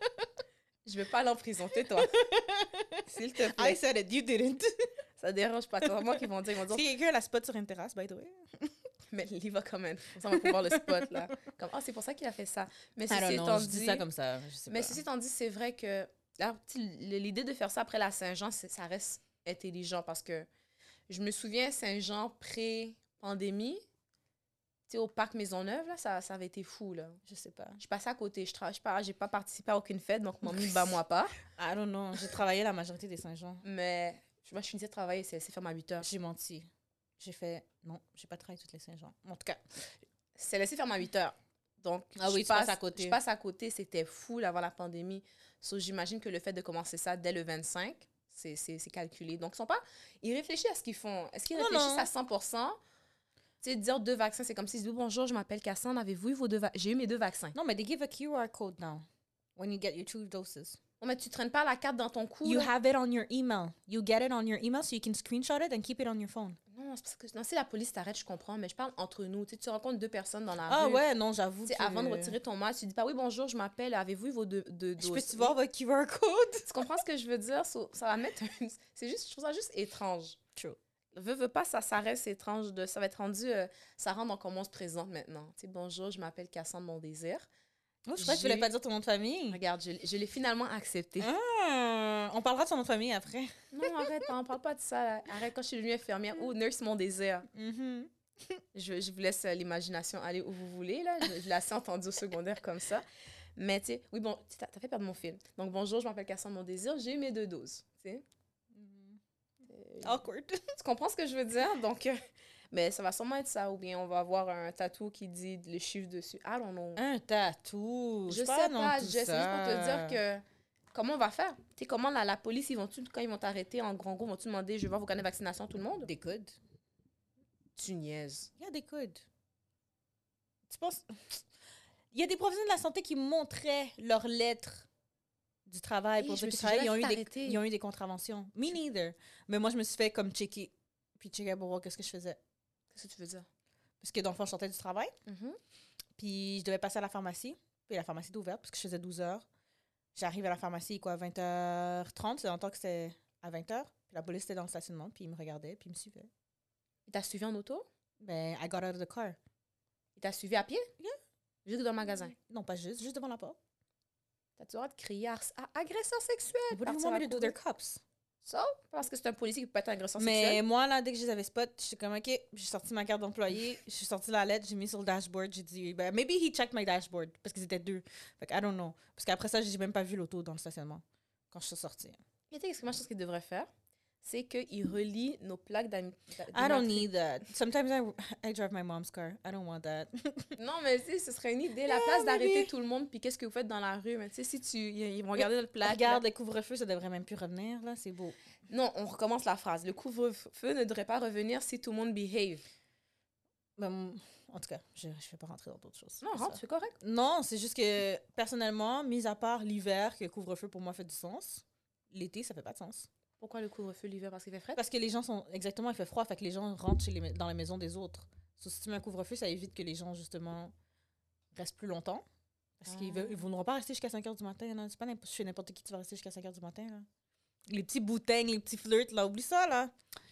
Je vais pas aller en prison, tais-toi. S'il te plaît. I said it, you didn't. Ça dérange pas. C'est moi qui vont dire, ils vont dire, Si quelqu'un la spot sur une terrasse, by the way. mais il va quand même. Comme ça, on va pouvoir le spot, là. Comme, oh, c'est pour ça qu'il a fait ça. Mais I don't ceci know, étant je dit... dis ça comme ça, je sais Mais pas. ceci étant dit, c'est vrai que... là, tu sais, l'idée de faire ça après la Saint-Jean, c'est- ça reste intelligent parce que je me souviens, Saint-Jean, pré-pandémie, tu sais, au parc Maisonneuve, là, ça, ça avait été fou, là. Je sais pas. Je passais à côté, je travaille pas, j'ai pas participé à aucune fête, donc mon mis bat moi pas. I don't know, j'ai travaillé la majorité des Saint-Jean. Mais moi, je finissais de travailler, c'est c'est fermé à huit heures. J'ai menti. J'ai fait, non, j'ai pas travaillé toutes les Saint-Jean. En tout cas, C'est laissé fermé à huit heures. Donc, Ah je oui, tu passe passes à côté. Je passe à côté, c'était fou avant la pandémie. So, j'imagine que le fait de commencer ça dès le vingt-cinq, c'est c'est- c'est calculé. Donc, ils sont pas... Ils réfléchissent à ce qu'ils font. Est-ce qu'ils Non, réfléchissent non. à cent pour cent? Tu sais, dire deux vaccins, c'est comme s'ils disent, bonjour, je m'appelle Cassandre, avez-vous eu vos deux vaccins? J'ai eu mes deux vaccins. non, mais they give a Q R code now when you get your two doses. Bon, mais tu traînes pas la carte dans ton cou, You là? have it on your email. You get it on your email so you can screenshot it and keep it on your phone. Non, c'est parce que non, si la police t'arrête, je comprends, mais je parle entre nous. Tu sais, tu rencontres deux personnes dans la Ah rue. ouais, non, j'avoue Tu sais, que... avant de retirer ton masque, tu dis pas, oui, bonjour, je m'appelle, avez-vous eu vos deux, deux Je doses? peux-tu voir votre Q R code? Tu comprends ce que je veux dire? So, ça va mettre un... C'est juste, je trouve ça juste étrange. True. Veux, veux pas, ça, ça reste étrange. De... Ça va être rendu... euh, ça rentre dans comment on se présente maintenant. Tu sais, bonjour, je m'appelle Cassandre Mon Désir. Oh, je crois que tu voulais J'ai- pas dire ton nom de famille. Regarde, je, je l'ai finalement accepté. Ah, on parlera de son nom de famille après. Non, arrête, on parle pas de ça. Là. Arrête, quand je suis devenue infirmière. Oh, nurse Mon Désir. Mhm. Je, je vous laisse euh, l'imagination aller où vous voulez. Là. Je, je l'ai assez entendu au secondaire comme ça. Mais tu sais, oui, bon, tu t'as t'as fait perdre mon fil. Donc, bonjour, je m'appelle Cassandre Mon Désir. J'ai eu mes deux doses. Tu sais. Euh, Awkward. Tu comprends ce que je veux dire? Donc, euh, mais ça va sûrement être ça. Ou bien on va avoir un tatou qui dit le chiffre dessus. I don't know. Un tatou. Je sais pas, pas. non, je- tout C'est juste pour te ça. dire que comment on va faire? Tu sais, comment la, la police, ils vont -tu, quand ils vont t'arrêter en grand gros, vont-tu demander je vais voir vos carnets de vaccination, tout le monde? Des codes. Tu niaises. Il y a des codes. Tu penses... Il y a des professionnels de la santé qui montraient leurs lettres du travail pour Hey, je dire me qu'ils suis travaillaient. Ils ont, jamais eu fait des, arrêter. ils ont eu des contraventions. Me neither. Mais moi, je me suis fait comme checker. Puis checker pour voir qu'est-ce que je faisais. Qu'est-ce que tu veux dire? Parce que dans le fond, je sortais du travail. Mhm. Puis je devais passer à la pharmacie. Puis la pharmacie était ouverte parce que je faisais douze heures. J'arrive à la pharmacie, quoi, à vingt heures trente. C'est longtemps que c'était à vingt heures. Puis la police était dans le stationnement. Puis ils me regardaient. Puis ils me suivaient. Il t'a suivi en auto? Ben, I got out of the car. Il t'a suivi à pied? Yeah. Juste dans le magasin. Non, pas juste. Juste devant la porte. T'as-tu le droit de crier à, à- agresseur sexuel? What do you Partir want à me to do? courir? They're cops. Ça? Parce que c'est un policier qui peut être un agresseur Mais sexuel? moi, là, dès que je les avais spot, je suis comme, OK, j'ai sorti ma carte d'employé, j'ai sorti la lettre, j'ai mis sur le dashboard, j'ai dit, ben, maybe he checked my dashboard, parce qu'ils étaient deux. Fait que, I don't know. Parce qu'après ça, j'ai même pas vu l'auto dans le stationnement, quand je suis sortie. Et tu sais, ce que moi, je pense qu'il devrait faire, c'est qu'il relie nos plaques d'am- d'a- I don't d'immatric- need that. Sometimes I, I drive my mom's car. I don't want that. Non, mais tu sais, ce serait une idée. La Yeah, place d'arrêter maybe. tout le monde, puis qu'est-ce que vous faites dans la rue? Mais tu sais, si tu... Ils vont regarder notre plaque. Regarde, là. les couvre-feux, ça devrait même plus revenir, là, c'est beau. Non, on recommence la phrase. Le couvre-feu ne devrait pas revenir si tout le monde behave. Ben, en tout cas, je ne vais pas rentrer dans d'autres choses. Non, C'est rentre, ça. c'est correct. Non, c'est juste que, personnellement, mis à part l'hiver, que le couvre-feu, pour moi, fait du sens, l'été, ça fait pas de sens. Pourquoi le couvre-feu l'hiver? Parce qu'il fait frais? Parce que les gens sont... Exactement, il fait froid, fait que les gens rentrent chez les ma- dans les maisons des autres. So, si tu mets un couvre-feu, ça évite que les gens, justement, restent plus longtemps. Parce qu'ils Ah. veulent- ils voudront pas rester jusqu'à cinq heures du matin. là. C'est pas n'importe- chez n'importe qui tu vas rester jusqu'à cinq heures du matin. Là. Les petits bouteilles, les petits flirts, là, oublie ça, là.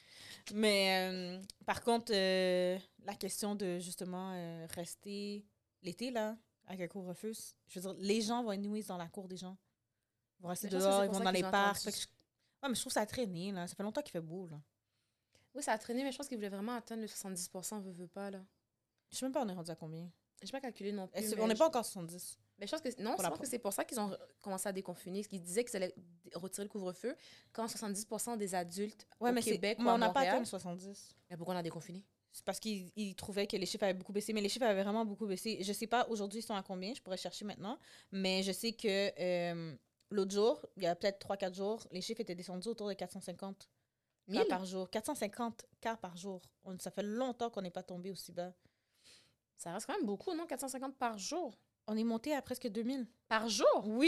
Mais, euh, par contre, euh, la question de, justement, euh, rester l'été, là, avec un couvre-feu, c- je veux dire, les gens vont être nuits dans la cour des gens. Ils vont rester Mais je pense que dehors, c'est ils pour vont ça dans les qu'ils ont parcs. attendu. Fait que je- Ouais, mais je trouve ça traîné, là. Ça fait longtemps qu'il fait beau, là. Oui, ça a traîné, mais je pense qu'il voulait vraiment atteindre le soixante-dix pour cent, veut, veut pas, là. Je sais même pas on est rendu à combien. Je pas calculé non plus. Est-ce- mais on n'est je- pas encore à soixante-dix. Mais je pense que non, Pour je la pense pro- que c'est pour ça qu'ils ont re- commencé à déconfiner. Parce qu'ils disaient qu'ils allaient d- retirer le couvre-feu quand soixante-dix pour cent des adultes Ouais, au mais, c'est- Québec mais ou à on n'a pas atteint Montréal. le soixante-dix. Mais pourquoi on a déconfiné? C'est parce qu'ils ils trouvaient que les chiffres avaient beaucoup baissé. Mais les chiffres avaient vraiment beaucoup baissé. Je sais pas aujourd'hui ils sont à combien, je pourrais chercher maintenant. Mais je sais que euh, l'autre jour, il y a peut-être trois quatre jours, les chiffres étaient descendus autour de quatre cent cinquante cas mille? par jour. quatre cent cinquante cas par jour. On- ça fait longtemps qu'on n'est pas tombé aussi bas. Ça reste quand même beaucoup, non? quatre cent cinquante par jour. On est monté à presque deux mille. Par jour? Oui.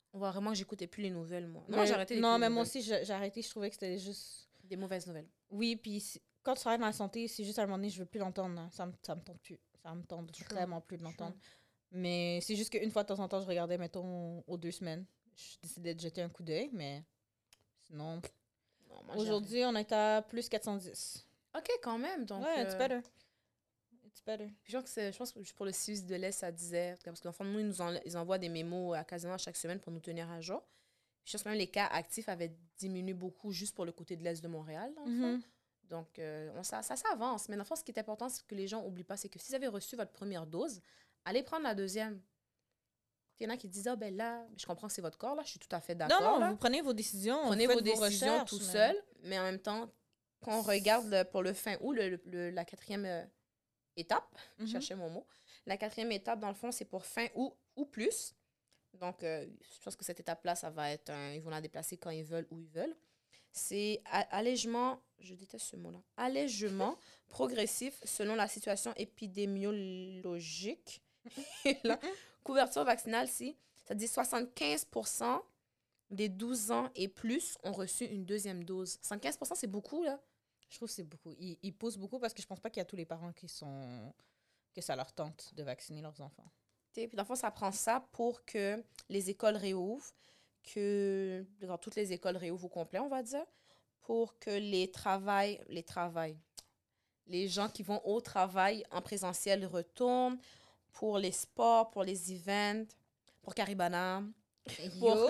On voit vraiment que j'écoutais plus les nouvelles, moi. Non, Mais- j'ai arrêté d'écouter Non, les mais moi nouvelles. aussi, j'ai j'ai arrêté. Je trouvais que c'était juste. Des mauvaises nouvelles. Oui, puis c'est- quand tu travailles dans la santé, c'est juste à un moment donné, je veux plus l'entendre. hein. Ça me, ça me tente plus. Ça me tente True. vraiment plus de l'entendre. True. Mais c'est juste qu'une fois de temps en temps, je regardais, mettons, aux deux semaines. Je décidais de jeter un coup d'œil, mais sinon. Non, moi, j'ai Aujourd'hui, on est à plus quatre cent dix. arrêté. OK, quand même. Donc, ouais, it's euh, better. It's better. Puis genre que c'est- je pense que pour le Suisse de l'Est, ça disait, parce qu'en fond, nous, ils nous en- ils envoient des mémos à quasiment chaque semaine pour nous tenir à jour. Je pense que même les cas actifs avaient diminué beaucoup juste pour le côté de l'Est de Montréal, dans le fond. Mhm. Donc, euh, on, ça, ça s'avance. Mais dans le fond, ce qui est important, c'est que les gens n'oublient pas, c'est que si vous avez reçu votre première dose, allez prendre la deuxième. Il y en a qui disent, ah ben là, je comprends que c'est votre corps, là, je suis tout à fait Non, d'accord. non, là. vous prenez vos décisions. Prenez vous vos faites décisions recherches, tout mais- seul, mais en même temps, quand on regarde le- pour le fin août, le, le- le- la quatrième euh, étape, je Mhm. cherchais mon mot, la quatrième étape, dans le fond, c'est pour fin août ou plus. Donc, euh, je pense que cette étape-là, ça va être, un- ils vont la déplacer quand ils veulent, où ils veulent. C'est a- allègement, je déteste ce mot-là, allègement progressif selon la situation épidémiologique. Et la couverture vaccinale, si, ça dit soixante-quinze pour cent des douze ans et plus ont reçu une deuxième dose. soixante-quinze pour cent, c'est beaucoup, là. Je trouve que c'est beaucoup. Ils, ils poussent beaucoup parce que je pense pas qu'il y a tous les parents qui sont. Que ça leur tente de vacciner leurs enfants. T'sais, puis dans le fond, ça prend ça pour que les écoles réouvrent, que dans toutes les écoles réouvrent au complet, on va dire, pour que les travails, les travails, les gens qui vont au travail en présentiel retournent, pour les sports, pour les events, pour Caribana, pour, Yo!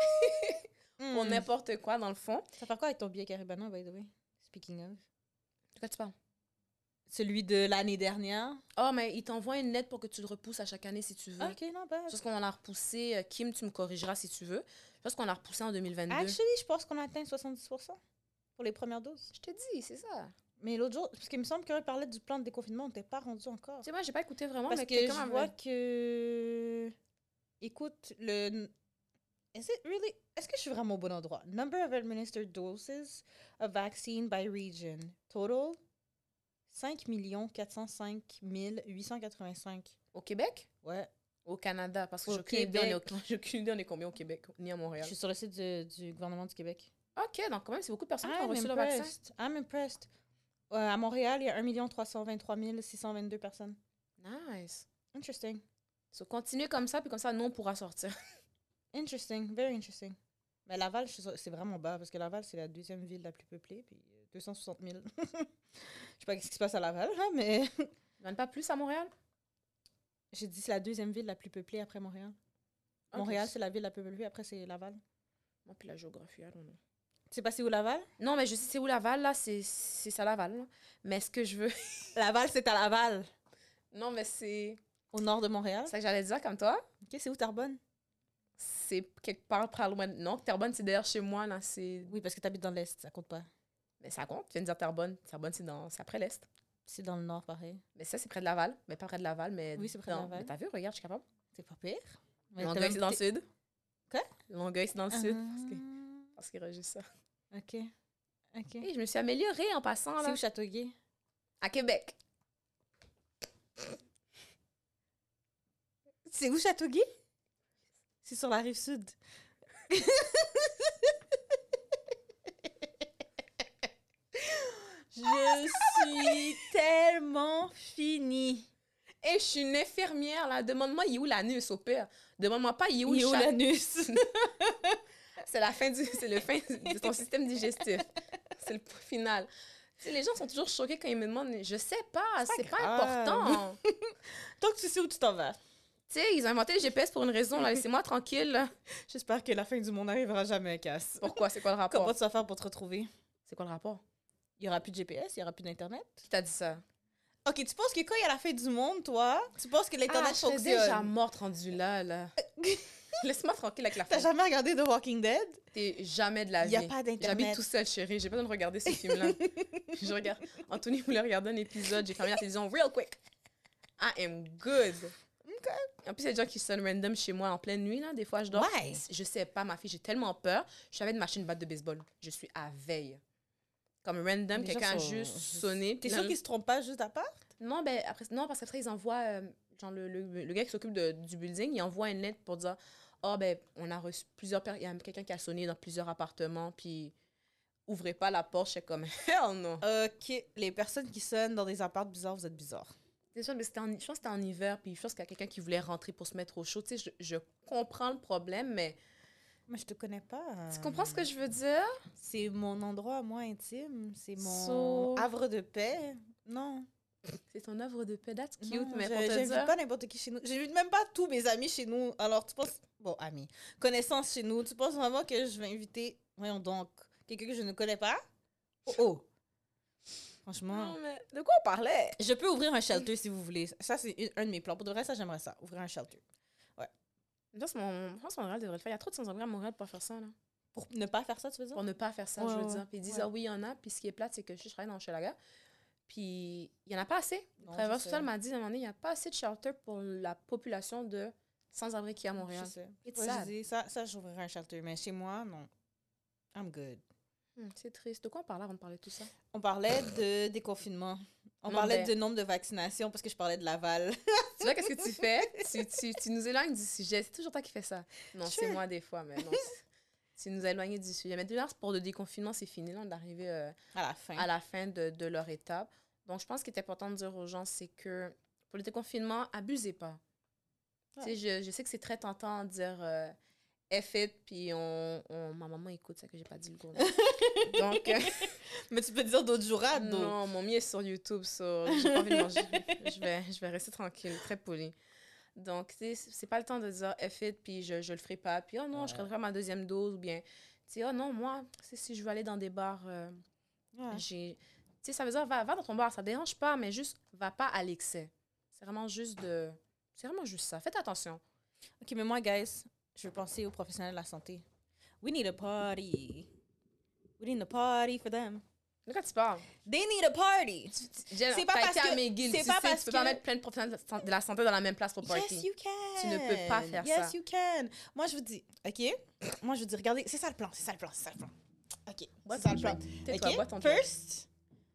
pour Hmm. n'importe quoi, dans le fond. Ça fait quoi avec ton billet Caribana, by the way? Speaking of. De quoi tu parles? Celui de l'année dernière. Oh, mais ils t'envoient une lettre pour que tu le repousses à chaque année si tu veux. Ok, non, pas. Je pense qu'on l'a repoussé. euh, Kim, tu me corrigeras si tu veux. Je pense qu'on l'a repoussé en deux mille vingt-deux. Actually, je pense qu'on a atteint soixante-dix pour cent pour les premières doses. Je te dis, c'est ça. Mais l'autre jour, parce qu'il me semble qu'on parlait du plan de déconfinement, on n'était pas rendu encore. Tu sais, moi, j'ai pas écouté vraiment, Parce mais que quelqu'un je m'avait- vois que. Écoute, le. Is it really. Est-ce que je suis vraiment au bon endroit? Number of administered doses of vaccine by region. Total cinq millions quatre cent cinq mille huit cent quatre-vingt-cinq. Au Québec? Ouais. Au Canada. Parce que Au j'ai aucune idée, on est Québec. au- j'ai aucune idée on est combien au Québec, ni à Je Montréal. suis sur le site du, du gouvernement du Québec. OK, donc quand même, c'est beaucoup de personnes qui ont I'm reçu le vaccin. impressed. I'm impressed. Euh, à Montréal, il y a un million trois cent vingt-trois mille six cent vingt-deux personnes. Nice. Interesting. So, continuez comme ça, puis comme ça, nous, on pourra sortir. Interesting. Very interesting. Mais Laval, je suis sûre- c'est vraiment bas parce que Laval, c'est la deuxième ville la plus peuplée. Puis euh, deux cent soixante mille. Je sais pas ce qui se passe à Laval, hein, mais Il n'y en a pas plus à Montréal? j'ai dit c'est la deuxième ville la plus peuplée après Montréal. Ok. Montréal, c'est la ville la plus peuplée, après c'est Laval. Moi, puis la géographie, I don't know. Tu sais pas c'est où Laval? Non, mais je sais c'est où Laval, là, c'est c'est ça Laval. là. Mais ce que je veux... Laval, c'est à Laval, non, mais c'est... au nord de Montréal. C'est ça que j'allais dire, comme toi. Ok, c'est où Terrebonne? C'est quelque part pas loin. de- Non, Terrebonne, c'est derrière chez moi, là, c'est... Oui, parce que t'habites dans l'Est, ça compte pas. Mais ça compte, tu viens de dire Terrebonne. Terrebonne, c'est dans... c'est après l'Est. C'est dans le nord, pareil. Mais ça, c'est près de Laval. Mais pas près de Laval, mais... Oui, c'est près de dans- Laval. Mais t'as vu, regarde, je suis capable. C'est pas pire. Mais t'as Longueuil, même- c'est dans le t'es- sud. Quoi? Longueuil, c'est dans le sud. Parce que- Ah, Parce qu'il registre ça. Ok. Ok. Et je me suis améliorée en passant, C'est là. où Châteauguay? À Québec. C'est où Châteauguay? C'est sur la rive sud. Je suis tellement finie. Et je suis une infirmière, là. Demande-moi, il est où l'anus, au pire? Demande-moi pas, il est où Il est le où chat? l'anus? C'est la fin du... C'est le fin de ton système digestif. C'est le point final. Tu sais, les gens sont toujours choqués quand ils me demandent. Je sais pas, c'est pas, grave. important. Tant que tu sais où tu t'en vas. Tu sais, ils ont inventé le G P S pour une raison, là. Laissez-moi tranquille, là. J'espère que la fin du monde n'arrivera jamais, Cass. Pourquoi? C'est quoi le rapport? Comment tu vas faire pour te retrouver? C'est quoi le rapport? Il y aura plus de G P S, il y aura plus d'Internet. Qui t'a dit ça? Ok, tu penses que quand il y a la fin du monde, toi, tu penses que l'Internet Ah, je suis fonctionne? déjà morte rendue là, là. Laisse-moi tranquille avec la T'as fin. jamais regardé The Walking Dead? T'es jamais de la Il vie. n'y a pas d'Internet. J'habite tout seul, chérie. J'ai pas besoin de regarder ces films-là. Je regarde. Anthony voulait regarder un épisode. J'ai fermé la télévision real quick. I am good. Ok. En plus, il y a des gens qui sonnent random chez moi en pleine nuit, là. Des fois, je dors. Ouais. Je sais pas, ma fille, j'ai tellement peur. Je savais de m'acheter une batte de baseball. Je suis à veille. Comme random, Les gens quelqu'un a sont- juste sonné. T'es puis sûr là- qu'ils se trompent pas juste à part? Non, ben, après, non, parce qu'après, ils envoient. euh, genre, le, le, le gars qui s'occupe de- du building, il envoie une lettre pour dire oh, ben, on a reçu plusieurs personnes. Il y a quelqu'un qui a sonné dans plusieurs appartements, puis ouvrez pas la porte. Je suis comme, hell non. OK. Les personnes qui sonnent dans des apparts bizarres, vous êtes bizarres. C'est sûr, mais c'était en- je pense que c'était en hiver, puis je pense qu'il y a quelqu'un qui voulait rentrer pour se mettre au chaud. Tu sais, je, je comprends le problème, mais Moi, je te connais pas. tu comprends ce que je veux dire? C'est mon endroit, moi, intime. C'est mon So- havre de paix. Non. C'est ton œuvre de paix, that's cute, Non, mais je- pour te j'invite dire... pas n'importe qui chez nous. J'invite même pas tous mes amis chez nous. Alors, tu penses... Bon, amis. Connaissances chez nous. Tu penses vraiment que je vais inviter... Voyons donc. Quelqu'un que je ne connais pas? Oh, oh. Franchement... Non, mais de quoi on parlait? Je peux ouvrir un shelter si vous voulez. Ça, c'est une- un de mes plans. Pour de vrai, ça, j'aimerais ça. Ouvrir un shelter. Je pense que mon- je pense que Montréal devrait le faire. Il y a trop de sans-abri à Montréal pour faire ça, là. Pour ne pas faire ça, tu veux dire? Pour ne pas faire ça, Ouais, je veux ouais, dire. Puis ils disent, ouais. ah oui, il y en a. Puis ce qui est plate, c'est que je travaille dans Hochelaga. Puis il n'y en a pas assez. Le Non, travailleur je sais. social m'a dit à un moment donné, il n'y a pas assez de shelter pour la population de sans-abri qu'il y a à Montréal. Je sais. It's Ouais, sad. je dis, ça, ça j'ouvrirai un shelter. Mais chez moi, non. I'm good. Hmm, c'est triste. De quoi on parlait avant de parler de tout ça? On parlait de déconfinement. On Non, parlait ben- de nombre de vaccinations parce que je parlais de Laval. Tu vois, qu'est-ce que tu fais? tu, tu, tu nous éloignes du sujet. C'est toujours toi qui fais ça. Non, c'est Sure. moi des fois, mais non. c'est- tu nous éloignes du sujet. Mais déjà, pour le déconfinement, c'est fini. Là, on est arrivé euh, À la fin. à la fin de, de leur étape. Donc, je pense qu'il est important de dire aux gens, c'est que pour le déconfinement, abusez pas. Ouais. Tu sais, je, je sais que c'est très tentant de dire euh, F it, puis on, on- ma maman écoute ça que j'ai pas dit le gros nom. Donc, euh, Mais tu peux dire d'autres jours, d'autres. non, mon mieux est sur YouTube, so j'ai pas envie de manger. Je vais, je vais rester tranquille, très poli. Donc, tu sais, c'est pas le temps de dire F it, puis je, je le ferai pas. Puis, oh non, je Ouais. ferai ma deuxième dose, ou bien, tu sais, oh non, moi, tu sais, si je veux aller dans des bars, euh, Ouais. j'ai... Tu sais, ça veut dire, va, va dans ton bar, ça dérange pas, mais juste, va pas à l'excès. C'est vraiment juste de... C'est vraiment juste ça. Faites attention. OK, mais moi, guys, je veux penser aux professionnels de la santé. We need a party. We need a party for them. De quoi tu parles? They need a party. Jen, C'est pas t'as parce été à que- McGill, c'est tu pas sais, parce tu peux pas que- mettre plein de professionnels de la san- de la santé dans la même place pour party. Yes, you can. Tu ne peux pas faire yes, ça. Yes, you can. Moi, je vous dis, OK? Moi, je vous dis, regardez, c'est ça le plan, c'est ça le plan, c'est ça le plan. OK, Bois c'est ça ton le plan. drink. Tais-toi, OK? bois ton drink. First,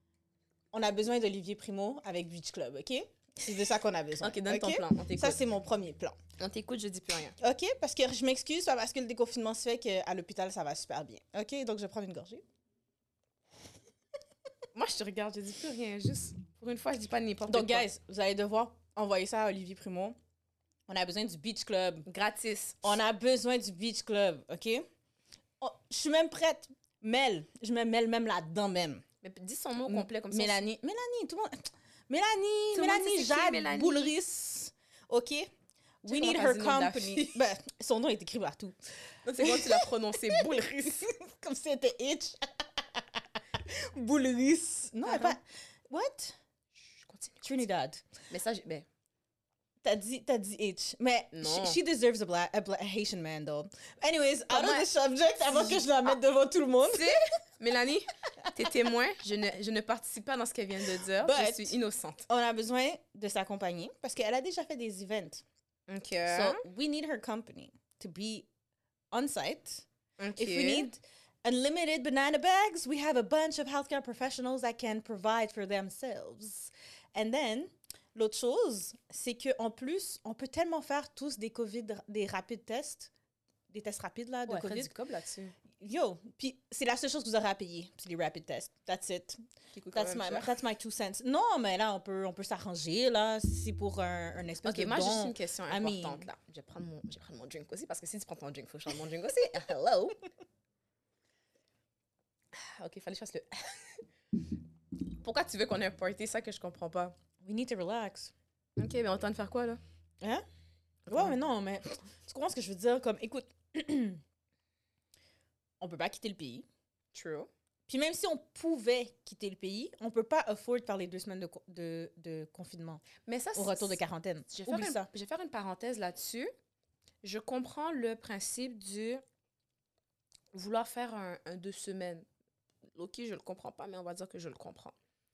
on a besoin d'Olivier Primo avec Beach Club, OK? C'est de ça qu'on a besoin. Ok, donne ton plan, on t'écoute. Ça, c'est mon premier plan. On t'écoute, je dis plus rien. OK? Parce que je m'excuse, pas parce que le déconfinement se fait qu'à l'hôpital, ça va super bien. OK? Donc, je vais prendre une gorgée. Moi, je te regarde, je dis plus rien. Juste, pour une fois, je dis pas n'importe Donc, quoi. guys, vous allez devoir envoyer ça à Olivier Primo. On a besoin du Beach Club. Gratis. On a besoin du Beach Club, OK? Oh, je suis même prête. Mel, je me mêle même là-dedans même. Mais dis son nom complet comme ça. Mélanie, Mélanie, tout le monde... Mélanie, Tout le monde Mélanie sait c'est qui, Jade Mélanie? Boulris, OK? We need comment her t'as dit le nom de la company. fille. Ben, son nom est écrit partout. Non, c'est comment tu l'as prononcé, Boulris. Comme si c'était Hitch. Boulris. Non, elle Pardon? pas... What? Je continue. Trinidad. Mais ça, j'ai- ben, T'as dit, t'as dit H. Mais Non. she, she deserves a, black, a, black, a Haitian man, though. Anyways, out Comment- of the subject, avant que je la mette devant tout le monde. tu sais, Mélanie, t'es témoin. Je ne, je ne participe pas dans ce qu'elle vient de dire. But- Je suis innocente. On a besoin de s'accompagner parce qu'elle a déjà fait des events. OK. So, we need her company to be on site. OK. If we need unlimited banana bags, we have a bunch of healthcare professionals that can provide for themselves. And then, l'autre chose, c'est qu'en plus, on peut tellement faire tous des COVID, des rapides tests, des tests rapides là, de Ouais, fais COVID. du cob là-dessus. Yo, puis c'est la seule chose que vous aurez à payer, c'est les rapid tests. That's it. Qui coûte quand That's même my, cher. that's my two cents. Non, mais là, on peut, on peut s'arranger, là. C'est pour un, un espèce OK, de moi, don. juste une question I mean- importante, là. Je vais, prendre mon, je vais prendre mon drink aussi, parce que si tu prends ton drink, il faut que je prenne mon drink aussi. Hello! Ah, OK, fallait que je fasse le... Pourquoi tu veux qu'on ait un party? C'est ça que je comprends pas. We need to relax. OK, mais on est en train de faire quoi, là? Hein? Ouais, mais non, mais tu comprends ce que je veux dire? Comme, écoute, on peut pas quitter le pays. True. Puis même si on pouvait quitter le pays, on peut pas afford par les deux semaines de, co- de, de confinement Mais ça, au c'est- retour de quarantaine. Je vais, faire Oublie une, ça. je vais faire une parenthèse là-dessus. Je comprends le principe du vouloir faire un, un deux semaines. Ok, je le comprends pas, mais on va dire que je le comprends.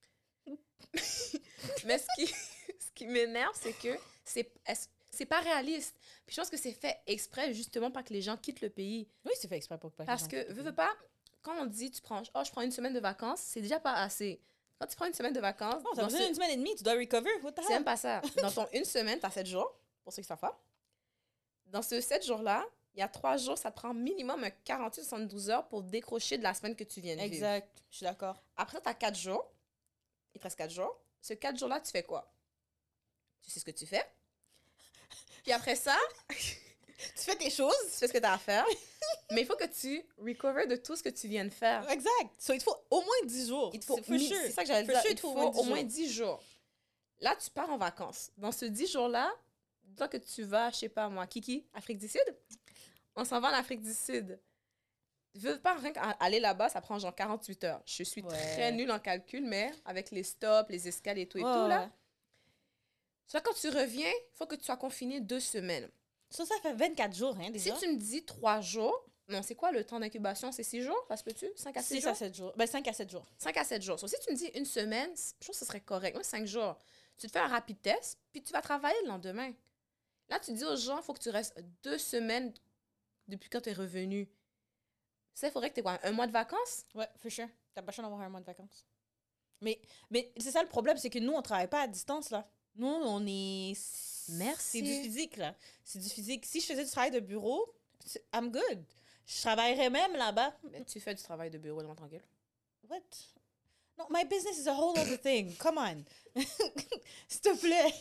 Mais ce qui, ce qui m'énerve, c'est que c'est est-ce- c'est pas réaliste. Puis je pense que c'est fait exprès justement pour que les gens quittent le pays. Oui, c'est fait exprès pour pas Parce que, veux, veux pas, quand on dit tu prends, oh, je prends une semaine de vacances, c'est déjà pas assez. Quand tu prends une semaine de vacances, Non, ça dans besoin ce- d'une semaine et demie, tu dois recover. What the c'est hell? même pas ça. Dans ton une semaine, tu as sept jours, pour ceux qui savent pas. Dans ce sept jours-là, il y a trois jours, ça te prend minimum un quarante-huit à soixante-douze heures pour décrocher de la semaine que tu viens de vivre. Exact. Je suis d'accord. Après, tu as quatre jours. Il te reste quatre jours. Ce quatre jours-là, tu fais quoi? Tu sais ce que tu fais. Puis après ça, Tu fais tes choses. tu fais ce que tu as à faire. Mais il faut que tu recover de tout ce que tu viens de faire. Exact. So, il te faut au moins dix jours. Il te faut, C'est for mi- sure. c'est ça que j'allais For dire. sure, Il te faut au moins dix jours. Là, tu pars en vacances. Dans ce dix jours-là, toi que tu vas, je sais pas moi, Kiki, Afrique du Sud, on s'en va en Afrique du Sud. Je veux pas rien qu'aller là-bas, ça prend genre quarante-huit heures. Je suis Ouais. très nulle en calcul, mais avec les stops, les escales et tout et Ouais, tout, là. ouais. Soit quand tu reviens, il faut que tu sois confiné deux semaines. Ça, ça fait vingt-quatre jours, hein, déjà. Si tu me dis trois jours, non, c'est quoi le temps d'incubation? C'est six jours? Ça se peut-tu? cinq à six six jours? à sept jours. Ben, cinq à sept jours. cinq à sept jours. So, si tu me dis une semaine, je trouve que ce serait correct. Moi, cinq jours. Tu te fais un rapide test, puis tu vas travailler le lendemain. Là, tu dis aux gens, il faut que tu restes deux semaines depuis quand tu es revenu. Ça, il faudrait que tu aies quoi, un mois de vacances? Ouais, for sure. T'as pas le choix d'avoir un mois de vacances. Mais, mais c'est ça le problème, c'est que nous, on travaille pas à distance, là. Nous, on est... Merci. C'est du physique, là. C'est du physique. Si je faisais du travail de bureau, c'est- I'm good. Je travaillerais même là-bas. Mais tu fais du travail de bureau devant tranquille. What? No, my business is a whole other thing. Come on. S'il te plaît.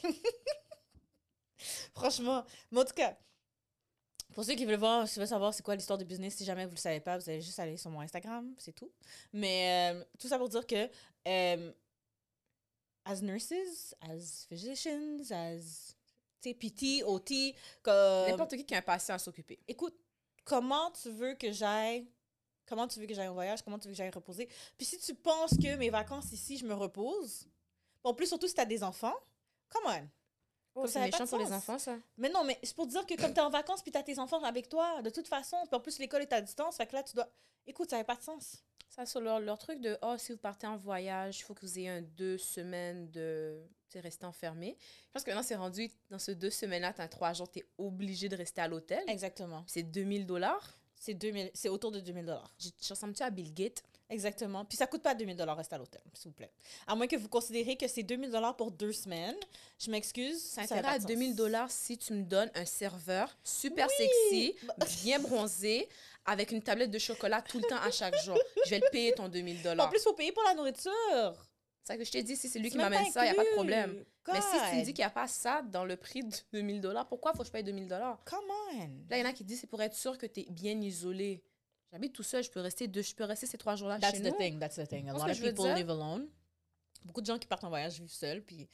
Franchement. Mais en tout cas, pour ceux qui veulent voir, si vous voulez savoir c'est quoi l'histoire du business, si jamais vous le savez pas, vous allez juste aller sur mon Instagram, c'est tout. Mais euh, tout ça pour dire que euh, as nurses, as physicians, as tu sais, P T, O T, comme... N'importe qui qui a un patient à s'occuper. Écoute, comment tu veux que j'aille comment tu veux que j'aille en voyage, comment tu veux que j'aille reposer. Puis si tu penses que mes vacances ici, je me repose, en plus, surtout si t'as des enfants, come on. Oh, Comme ça c'est n'a pas méchant de pour les sens. enfants, ça. Mais non, mais c'est pour te dire que comme t'es en vacances puis t'as tes enfants avec toi, de toute façon, puis en plus l'école est à distance, fait que là, tu dois... Écoute, ça n'a pas de sens. Ça, sur leur, leur truc de, oh, si vous partez en voyage, il faut que vous ayez un deux semaines de tu sais, rester enfermé. Je pense que maintenant, c'est rendu, dans ce deux semaines-là, tu as trois jours, tu es obligé de rester à l'hôtel. Exactement. C'est deux mille dollars. C'est deux mille c'est autour de deux mille dollars. Je ressemble-tu à Bill Gates? Exactement. Puis ça coûte pas deux mille dollars rester à l'hôtel, s'il vous plaît. À moins que vous considérez que c'est deux mille dollars pour deux semaines. Je m'excuse. Ça ça n'a intérêt pas à de deux mille sens. dollars si tu me donnes un serveur super Oui! sexy, Bah- bien bronzé, avec une tablette de chocolat tout le temps à chaque jour. Je vais le payer ton deux mille En dollars. plus, il faut payer pour la nourriture. C'est ça que je t'ai dit, si c'est lui C'est qui même m'amène pas ça, il n'y a pas de inclus. problème. Mais si tu me God. dis qu'il n'y a pas ça dans le prix de deux mille dollars, pourquoi faut que je paye deux mille dollars? Come on. Là, il y en a qui disent c'est pour être sûr que tu es bien isolé. J'habite tout seul, je peux rester deux, je peux rester ces trois jours-là That's chez the nous. thing, that's the thing. A Tu vois lot ce que of je veux people dire? live alone. Beaucoup de gens qui partent en voyage vivent seuls, puis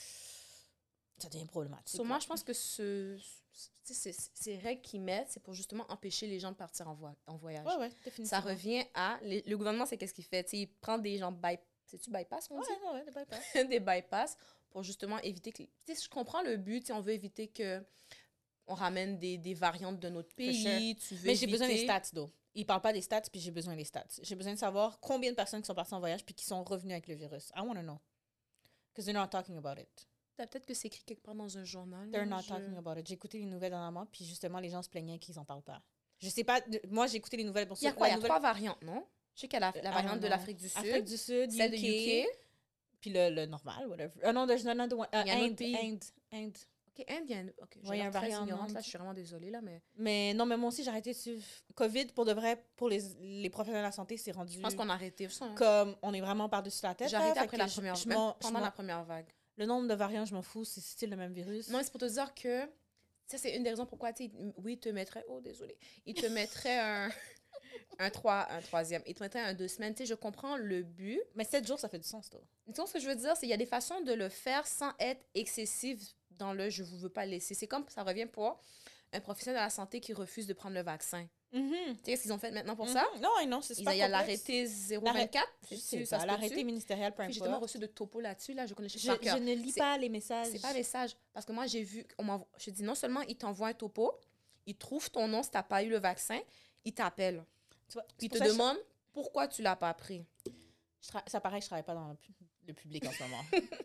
ça devient problématique. Sur moi, là. je pense que ce, ce- ces, ces règles qu'ils mettent, c'est pour justement empêcher les gens de partir en, voi- en voyage. Ouais, ouais, Ça définitivement. revient à... les- le gouvernement, c'est qu'est-ce qu'il fait? Tu sais, il prend des gens... By, c'est-tu bypass, on Ouais, dit? ouais, ouais, des bypass. Des bypass pour justement éviter que... Tu sais, je comprends le but, tu sais, on veut éviter que on ramène des, des variantes de notre pays. Tu veux Mais j'ai besoin des éviter- stats, though. Ils parlent pas des stats, puis j'ai besoin des stats. J'ai besoin de savoir combien de personnes qui sont parties en voyage puis qui sont revenues avec le virus. I want to know. Because they're not talking about it. Peut-être que c'est écrit quelque part dans un journal. They're là, not je- talking about it. J'ai écouté les nouvelles dernièrement, puis justement, les gens se plaignaient qu'ils en parlent pas. Je sais pas, de- moi, j'ai écouté les nouvelles pour Il y a ça. quoi? Il y La a nouvelle- trois variantes, non? Je sais qu'il y a la, la I variante don't de know. l'Afrique du Sud, Afrique du Sud, celle de U U K, K. puis le, le normal, whatever. Ah non, there's another one. Euh, Il y a un autre Inde, pays. Inde, Inde. OK, Inde, il y a un... OK, je Ouais, il y a un suis très variant ignorante, Inde. là, je suis vraiment désolée, là, mais... Mais non, mais moi aussi, j'ai arrêté de suivre. COVID, pour de vrai, pour les, les professionnels de la santé, c'est rendu Je pense qu'on a arrêté ça. hein. comme on est vraiment par-dessus la tête. J'ai là, arrêté fait après que la je- première... je même m'en- je pendant m'en- la première vague. Le nombre de variants, je m'en fous, c'est still le même virus. Non, mais c'est pour te dire que... Ça, c'est une des raisons pourquoi, tu sais, oui, ils te mettraient... Oh, désolé. Ils te mettraient un... un, trois, un troisième. Ils te mettraient un deux semaines. Tu sais, je comprends le but. Mais sept jours, ça fait du sens, toi. Tu vois ce que je veux dire? C'est qu'il y a des façons de le faire sans être excessive dans le « je vous veux pas laisser ». C'est comme ça revient pour un professionnel de la santé qui refuse de prendre le vaccin. Tu sais ce qu'ils ont fait maintenant pour ça? Mhm. Non, non, c'est Ils super Il y a complexe. l'arrêté zéro L'arrêt- vingt-quatre. Je C'est- sais ça pas, se l'arrêté peut-tu? ministériel, peu J'ai justement importe. reçu de topo là-dessus. Là, je connais Je, par cœur. je ne lis C'est- pas les messages. C'est pas un message. Parce que moi, j'ai vu... On m'envoie- je te dis, non seulement ils t'envoient un topo, ils trouvent ton nom si t'as pas eu le vaccin, ils t'appellent. Tu vois, Puis ils c'est te pour ça que demandent pourquoi tu l'as pas pris. je- je tra- Ça paraît que je travaille pas dans le, pu- le public en ce moment.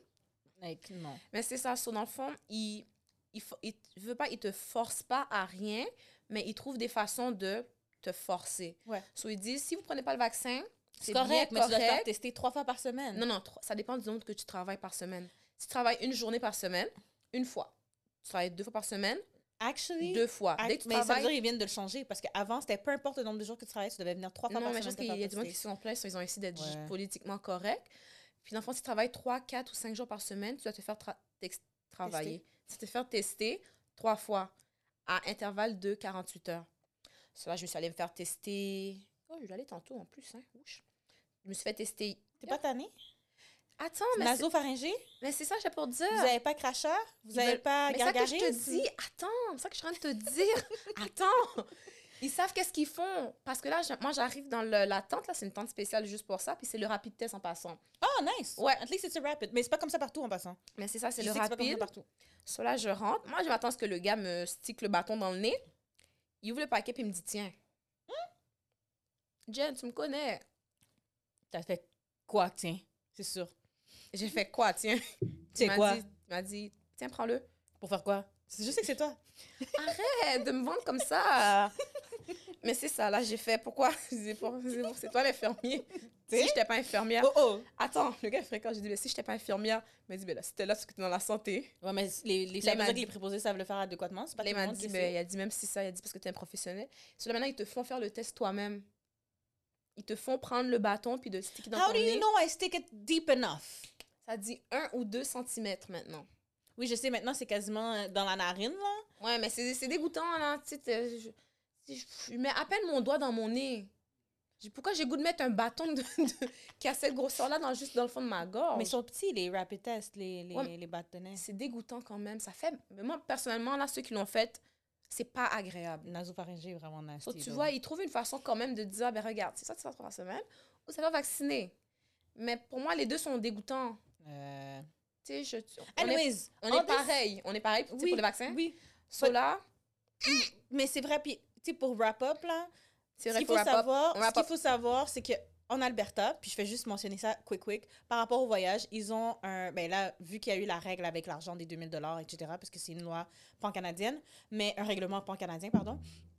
Like, non. Mais c'est ça, son enfant, il... Il, fo- il, je veux pas, il te force pas à rien, mais il trouve des façons de te forcer. Ouais. So, il dit, si vous prenez pas le vaccin, C'est c'est correct, bien mais tu dois te faire correct. tester trois fois par semaine. Non, non, tro- ça dépend du nombre que tu travailles par semaine. Si tu travailles une journée par semaine, une fois. Tu travailles deux fois par semaine, Actually, Deux fois. act- Dès que tu mais ça veut dire travailles... qu'ils viennent de le changer parce qu'avant, c'était peu importe le nombre de jours que tu travaillais, tu devais venir trois fois Non, par mais je semaine. pense te qu'il faire y a des gens qui tester. sont en place, ils ont essayé d'être Ouais. politiquement corrects. Puis, dans le fond, si tu travailles trois, quatre ou cinq jours par semaine, tu dois te faire tra- tex- travailler. Tu dois te faire tester trois fois à intervalle de quarante-huit heures. Cela, je me suis allée me faire tester... Oh, je vais aller tantôt en plus, hein. Ouch. Je me suis fait tester... T'es pas tanné? Attends, mais c'est, Nasopharyngé? mais c'est ça que j'ai pour dire. Vous avez pas crachat? Vous Ils avez veulent- pas Mais c'est ça que je gargarisme? te dis. Attends, c'est ça que je suis en train de te dire. Attends. Ils savent qu'est-ce qu'ils font. Parce que là, je- moi, j'arrive dans le- la tente. Là, c'est une tente spéciale juste pour ça. Puis c'est le rapid test en passant. Oh, nice! Ouais. At least it's a rapid. Mais c'est pas comme ça partout en passant. Mais c'est ça, c'est Je le sais que c'est pas comme ça rapide. partout. Soit là, je rentre. Moi, je m'attends à ce que le gars me stick le bâton dans le nez. Il ouvre le paquet puis il me dit, tiens. Jen, tu me connais. T'as fait quoi, tiens? C'est sûr. J'ai fait quoi, tiens? C'est Il m'a quoi? dit- Il m'a dit, tiens, prends-le. Pour faire quoi? Je sais que c'est toi. Arrête de me vendre comme ça. Mais c'est ça, là, j'ai fait. Pourquoi? C'est pour- c'est pour- c'est toi l'infirmier. Si T'sais? j'étais pas infirmière. Oh oh! Attends, le gars est fréquent. J'ai dit, mais si j'étais pas infirmière, il m'a dit, ben là, si t'es là parce que t'es dans la santé. Ouais, mais les, les, Là, ça il veut m'a dire que dit- les préposés savent le faire adéquatement. C'est pas Là, il tout le m'a monde dit, qui ben, sait. il a dit, même si ça, il a dit parce que t'es un professionnel. So, là, maintenant, ils te font faire le test toi-même. Ils te font prendre le bâton puis de sticker dans How ton do you nez. know I stick it deep enough? Ça dit un ou deux centimètres maintenant. Oui, je sais, maintenant, c'est quasiment euh, dans la narine, là. Ouais, mais c'est c'est dégoûtant, là. Tu sais, t'es- je, je, je mets à peine mon doigt dans mon nez. J'ai- Pourquoi j'ai goût de mettre un bâton de, de- qui a cette grosseur-là dans, juste dans le fond de ma gorge? Mais ils sont petits, les rapid tests, les, les, Ouais. les bâtonnets. C'est dégoûtant quand même. Ça fait... Mais moi, personnellement, là, ceux qui l'ont fait, c'est pas agréable. Nasopharyngé est vraiment nasty. So, tu though. vois, ils trouvent une façon quand même de dire, ben regarde, c'est ça, tu vas trois semaines, ou ça va vacciner. Mais pour moi, les deux sont dégoûtants. Euh... Tu sais, je... On est, Anyways, on all est pareil. On est pareil tu sais, Oui, pour le vaccin. Oui, So là, mais c'est vrai. Puis, tu sais, pour wrap up, là, c'est ce vrai qu'il qu'il faut faut wrap up. savoir, On ce wrap qu'il up. faut savoir, c'est que en Alberta, puis je fais juste mentionner ça quick quick, par rapport au voyage, ils ont un, ben là, vu qu'il y a eu la règle avec l'argent des deux mille dollars, et cetera, parce que c'est une loi pan-canadienne, mais un règlement pan-canadien, pardon.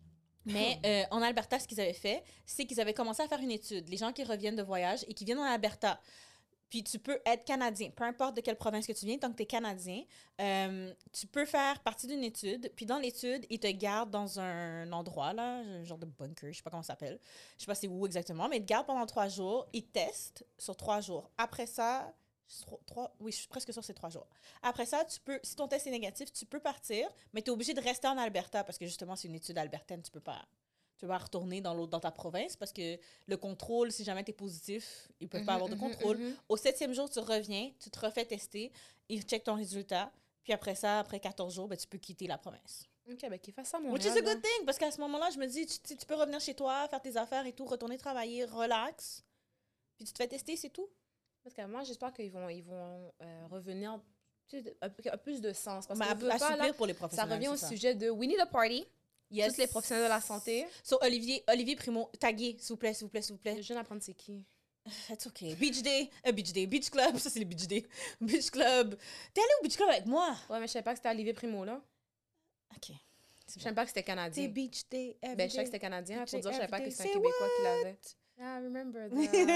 Mais euh, en Alberta, ce qu'ils avaient fait, c'est qu'ils avaient commencé à faire une étude. Les gens qui reviennent de voyage et qui viennent en Alberta, puis tu peux être Canadien, peu importe de quelle province que tu viens, tant que tu es Canadien, euh, tu peux faire partie d'une étude. Puis dans l'étude, ils te gardent dans un endroit, là, un genre de bunker, je sais pas comment ça s'appelle. Je sais pas c'est où exactement, mais ils te gardent pendant trois jours. Ils testent sur trois jours. Après ça, trois, trois- oui, je suis presque sûre que c'est trois jours. Après ça, tu peux, si ton test est négatif, tu peux partir, mais tu es obligé de rester en Alberta parce que justement, c'est une étude albertaine, tu peux pas. Tu vas retourner dans l'autre dans ta province parce que le contrôle, si jamais tu es positif, ils peuvent pas Mhm, avoir de mhm, contrôle. mhm. Au septième jour, tu reviens, tu te refais tester, ils checkent ton résultat, puis après ça, après quatorze jours, ben, tu peux quitter la province. Ok, ben qu'il fasse ça, mon Which is a good thing, parce qu'à ce moment-là, je me dis, tu, tu- tu peux revenir chez toi, faire tes affaires et tout, retourner travailler, relax, puis tu te fais tester, c'est tout. Parce que moi, j'espère qu'ils vont, ils vont euh, revenir tu sais, un, peu- un plus de sens. Parce Mais que à, veut à pas, là, assouplir pour les ça professionnels. revient au c'est ça. sujet de We need a party. Yes. Tous les professionnels de la santé. So, Olivier, Olivier Primo, taguez, s'il vous plaît, s'il vous plaît, s'il vous plaît. Je viens d'apprendre c'est qui. It's okay. Beach Day, euh, Beach Day, Beach Club, ça c'est le Beach Day. Beach Club. T'es allé au Beach Club avec moi? Ouais, mais je savais pas que c'était Olivier Primo, là. Ok. Je savais pas que c'était C'est canadien. Beach Day, every Ben, je savais que day. c'était canadien. Beach Pour dire, je savais pas Day que c'était un every day. Québécois qui l'avait. Ah, I remember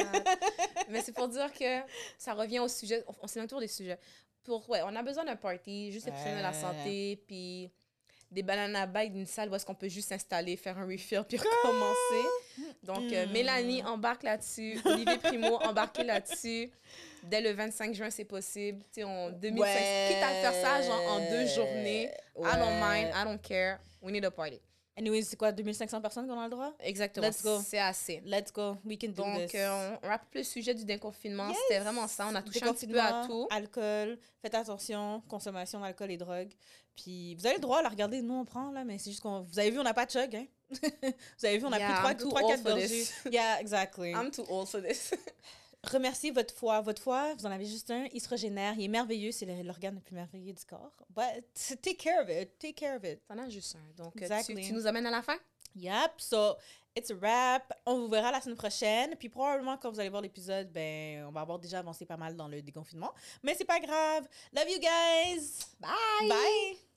that. Mais c'est pour dire que ça revient au sujet. On, on s'est un tour des sujets. Pour, ouais, on a besoin d'un party, juste les professionnels de la Ouais. santé, puis des banana bags d'une salle où est-ce qu'on peut juste s'installer, faire un refill, puis recommencer. Donc, euh, Mm. Mélanie embarque là-dessus. Olivier Primo embarqué là-dessus. Dès le vingt-cinq juin, c'est possible. Tu sais, en deux mille cinq Ouais. quitte à faire ça genre en deux journées. I don't Ouais. mind, I don't care. We need a party. Anyways, c'est quoi, deux mille cinq cents personnes qu'on a le droit? Exactement. Let's go. C'est assez. Let's go, we can do Donc, this. euh, on rappelle le sujet du déconfinement. Yes! C'était vraiment ça. On a touché un petit peu à Déconfinement, tout. Alcool, faites attention, consommation d'alcool et drogue. Puis vous avez le droit à la regarder, nous on prend là, mais c'est juste qu'on. Vous avez vu, on n'a pas de chug, hein? Vous avez vu, on a Yeah, pris trois, I'm too trois old quatre for gorgées. this. Yeah, exactly. I'm too old for this. Remerciez votre foie. Votre foie, vous en avez juste un, il se régénère, il est merveilleux, c'est le- l'organe le plus merveilleux du corps. But take care of it, take care of it. T'en as juste un. Donc, euh, tu, Exactly. tu nous amènes à la fin? Yep, so it's a wrap. On vous verra la semaine prochaine. Puis probablement, quand vous allez voir l'épisode, ben, on va avoir déjà avancé pas mal dans le déconfinement. Mais c'est pas grave. Love you guys. Bye! Bye.